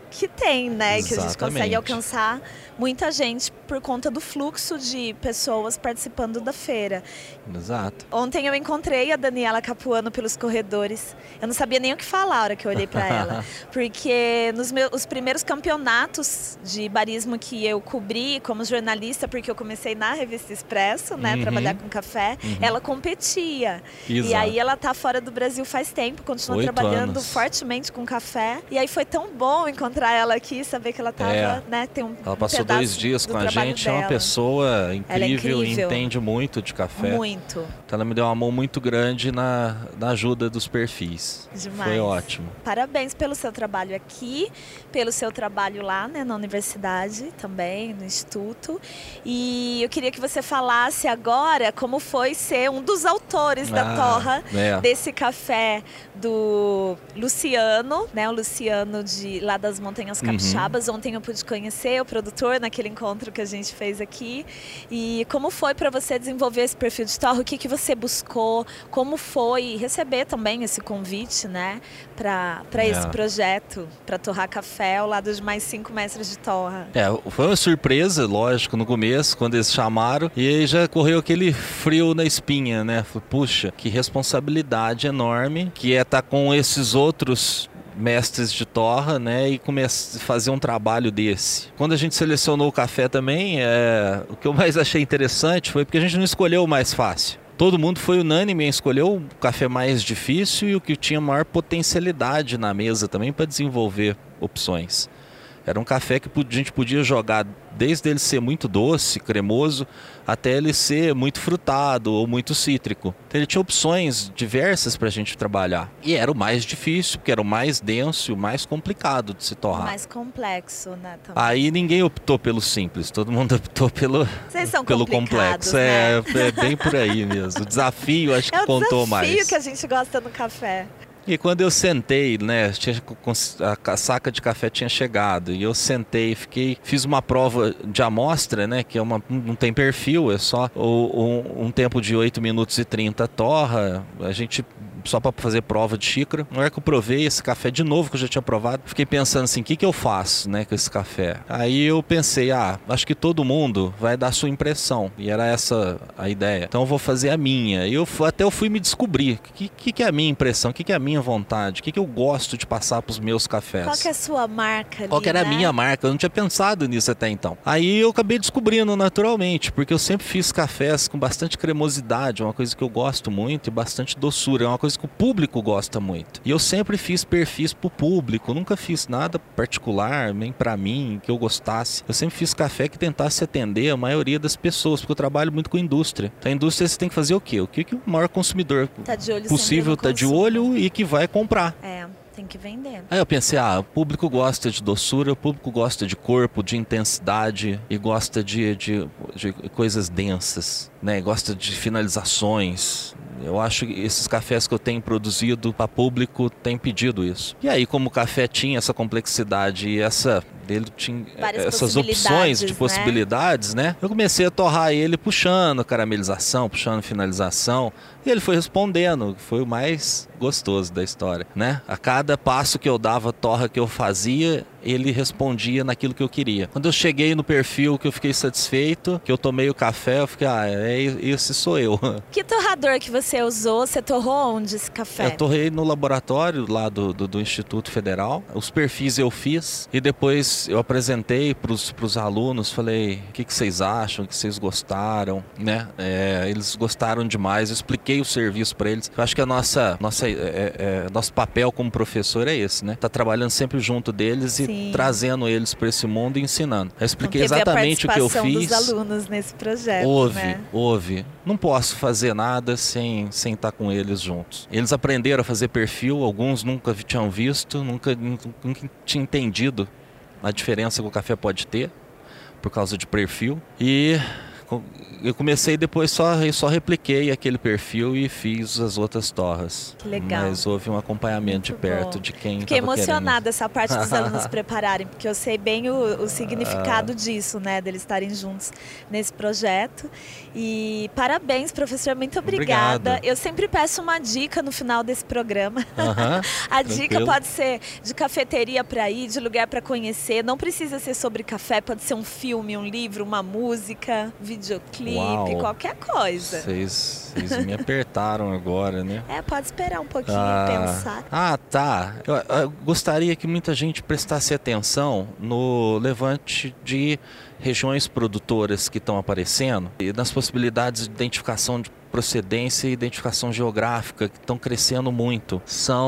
que tem, né? Exatamente. Que a gente consegue alcançar muita gente por conta do fluxo de pessoas participando da feira. Exato. Ontem eu encontrei a Daniela Capuano pelos corredores. Eu não sabia nem o que falar a hora que eu olhei para ela. Porque nos meus os primeiros campeonatos de barismo que eu cobri como jornalista, porque eu comecei na Revista Expresso, né? Uhum. Trabalhar com café, uhum. ela competia. Exato. E aí ela tá fora do Brasil faz tempo, continua Oito trabalhando anos. fortemente com café. E aí foi tão bom encontrar ela aqui, saber que ela tava, é. né? Tem um Ela passou dois dias com a gente, dela. é uma pessoa incrível, é incrível, entende muito de café. Muito. Então ela me deu uma mão muito grande na, na ajuda dos perfis. Demais. Foi ótimo. Parabéns pelo seu trabalho aqui, pelo seu trabalho lá, né, na universidade também, no instituto. E eu queria que você falasse agora como foi ser um dos autores da ah, torra é. desse café do Luciano, né, o Luciano de lá das Montanhas Capixabas. Uhum. Ontem eu pude conhecer o produtor naquele encontro que a gente fez aqui. E como foi para você desenvolver esse perfil de torra? O que que você buscou? Como foi receber também esse convite, né, para para é. esse projeto, para torrar café ao lado de mais cinco mestres de torra? É, foi uma surpresa, lógico, no começo, quando eles chamaram, e aí já correu aquele frio na espinha, né? Falei, puxa, que responsabilidade enorme, que é estar com esses outros mestres de torra, né, e começar a fazer um trabalho desse. Quando a gente selecionou o café também, é, o que eu mais achei interessante foi porque a gente não escolheu o mais fácil. Todo mundo foi unânime em escolher o café mais difícil e o que tinha maior potencialidade na mesa também para desenvolver opções. Era um café que a gente podia jogar desde ele ser muito doce, cremoso, até ele ser muito frutado ou muito cítrico. Então ele tinha opções diversas para a gente trabalhar. E era o mais difícil, porque era o mais denso e o mais complicado de se torrar. O mais complexo, né? Também. Aí ninguém optou pelo simples, todo mundo optou pelo, Vocês são pelo complexo. Né? É, é bem por aí mesmo. O desafio acho que é contou mais. É o desafio que a gente gosta no café. E quando eu sentei, né, a casaca de café tinha chegado e eu sentei, fiquei, fiz uma prova de amostra, né, que é uma, não tem perfil, é só um, um tempo de oito minutos e trinta torra, a gente só para fazer prova de xícara. Na hora que eu provei esse café de novo, que eu já tinha provado, fiquei pensando assim, o que, que eu faço, né, com esse café? Aí eu pensei, ah, acho que todo mundo vai dar a sua impressão, e era essa a ideia. Então eu vou fazer a minha. E eu até eu fui me descobrir, o que, que, que é a minha impressão, o que, que é a minha vontade, o que, que eu gosto de passar para os meus cafés. Qual que é a sua marca ali, Qual que era né? a minha marca? Eu não tinha pensado nisso até então. Aí eu acabei descobrindo naturalmente, porque eu sempre fiz cafés com bastante cremosidade, uma coisa que eu gosto muito, e bastante doçura, é uma coisa que o público gosta muito. E eu sempre fiz perfis pro público, nunca fiz nada particular, nem para mim, que eu gostasse. Eu sempre fiz café que tentasse atender a maioria das pessoas, porque eu trabalho muito com indústria. Então a indústria você tem que fazer o quê? O que, que o maior consumidor tá de olho possível tá de olho e que vai comprar. É. Tem que vender. Aí eu pensei, ah, o público gosta de doçura, o público gosta de corpo, de intensidade e gosta de, de, de coisas densas, né? Gosta de finalizações. Eu acho que esses cafés que eu tenho produzido para público têm pedido isso. E aí, como o café tinha essa complexidade e essa, ele tinha várias essas opções de né? possibilidades, né? Eu comecei a torrar ele puxando caramelização, puxando finalização. E ele foi respondendo, foi o mais gostoso da história, né? A cada passo que eu dava, torra que eu fazia, ele respondia naquilo que eu queria. Quando eu cheguei no perfil que eu fiquei satisfeito, que eu tomei o café, eu fiquei, ah, é, esse sou eu. Que torrador que você usou? Você torrou onde esse café? Eu torrei no laboratório lá do, do, do Instituto Federal. Os perfis eu fiz e depois eu apresentei para os alunos, falei, o que, que vocês acham, o que vocês gostaram, né? É, eles gostaram demais, eu expliquei o serviço para eles. Eu acho que a nossa, nossa, é, é, nosso papel como professor é esse, né? Tá trabalhando sempre junto deles Sim. e trazendo eles para esse mundo e ensinando. Eu expliquei então, exatamente o que eu fiz. Dos alunos nesse projeto, houve, né? houve. Não posso fazer nada sem sem estar com eles juntos. Eles aprenderam a fazer perfil, alguns nunca tinham visto, nunca, nunca, nunca tinham entendido a diferença que o café pode ter por causa de perfil. E eu comecei depois só, só repliquei aquele perfil e fiz as outras torras. Que legal. Mas houve um acompanhamento Muito de perto bom. de quem Fiquei tava emocionada querendo. essa parte dos alunos prepararem, porque eu sei bem o, o significado disso, né, deles estarem juntos nesse projeto. E parabéns, professor, muito obrigada. Obrigado. Eu sempre peço uma dica no final desse programa. Uhum, A dica tranquilo. pode ser de cafeteria para ir, de lugar para conhecer. Não precisa ser sobre café, pode ser um filme, um livro, uma música, videoclipe, Uau. qualquer coisa. Vocês, vocês me apertaram agora, né? É, pode esperar um pouquinho Ah, e pensar. ah, tá. Eu, eu gostaria que muita gente prestasse atenção no levante de regiões produtoras que estão aparecendo e nas possibilidades de identificação de procedência e identificação geográfica que estão crescendo muito.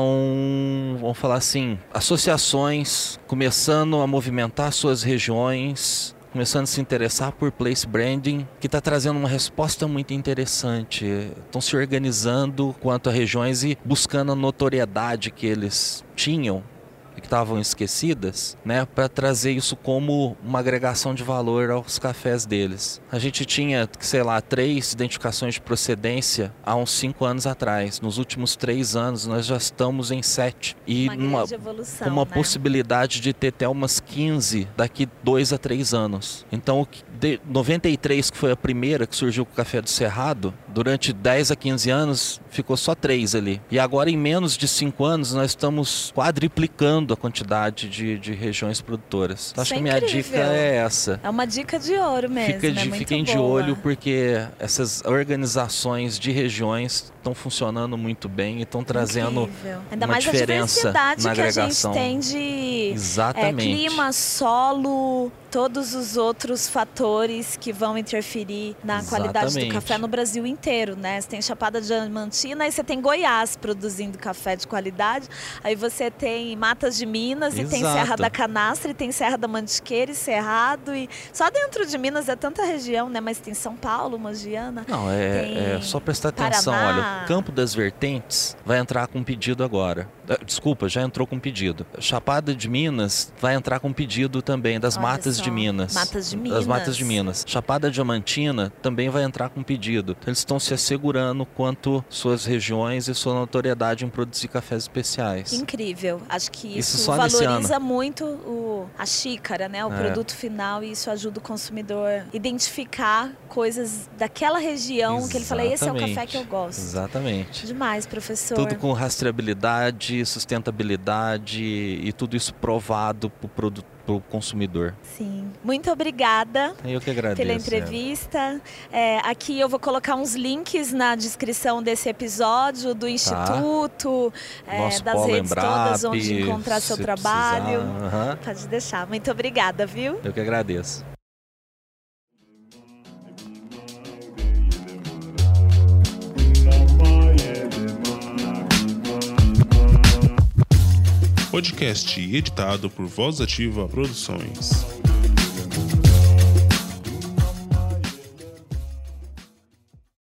São, vamos falar assim, associações começando a movimentar suas regiões, começando a se interessar por place branding, que está trazendo uma resposta muito interessante. Estão se organizando quanto a regiões e buscando a notoriedade que eles tinham e que estavam esquecidas, né, para trazer isso como uma agregação de valor aos cafés deles. A gente tinha, sei lá, três identificações de procedência há uns cinco anos atrás. Nos últimos três anos nós já estamos em sete. E Uma numa, grande evolução, com uma né? possibilidade de ter até umas quinze daqui dois a três anos. Então, de noventa e três, que foi a primeira que surgiu com o Café do Cerrado, durante dez a quinze anos ficou só três ali. E agora, em menos de cinco anos, nós estamos quadriplicando a quantidade de, de regiões produtoras. Então, acho Isso que é a minha incrível. dica é essa. É uma dica de ouro mesmo. Fica de, é muito fiquem de boa. olho, porque essas organizações de regiões estão funcionando muito bem e estão trazendo Incrível. Ainda uma mais a diferença diversidade na que agregação. a gente tem de Exatamente. é, clima, solo, todos os outros fatores que vão interferir na qualidade do Exatamente. café no Brasil inteiro, né? Você tem Chapada Diamantina e você tem Goiás produzindo café de qualidade. Aí você tem Matas de Minas e tem Exato. Serra da Canastra e tem Serra da Mantiqueira e Cerrado. E só dentro de Minas é tanta região, né? Mas tem São Paulo, Mogiana. Não, é, Tem é só prestar atenção. Paraná. Olha, o Campo das Vertentes vai entrar com pedido agora. Desculpa, já entrou com pedido. Chapada de Minas vai entrar com pedido também das Olha Matas só. de Minas. Matas de Das Minas. Matas de Minas. Chapada Diamantina também vai entrar com pedido. Então, eles estão se assegurando quanto suas regiões e sua notoriedade em produzir cafés especiais. Incrível. Acho que isso, Isso só nesse valoriza ano. muito o, a xícara, né? O É. produto final, e isso ajuda o consumidor a identificar coisas daquela região que ele fala, esse é o café que eu gosto. Exatamente. Demais, professor. Tudo com rastreabilidade, sustentabilidade e tudo isso provado para o produto, para o consumidor. Sim. Muito obrigada. Eu que agradeço. Pela entrevista. É, aqui eu vou colocar uns links na descrição desse episódio do Instituto, é, Nosso das Polo redes Embrap, todas onde encontrar seu se trabalho. precisar. Aham. Pode deixar. Muito obrigada, viu? Eu que agradeço. Podcast editado por Voz Ativa Produções.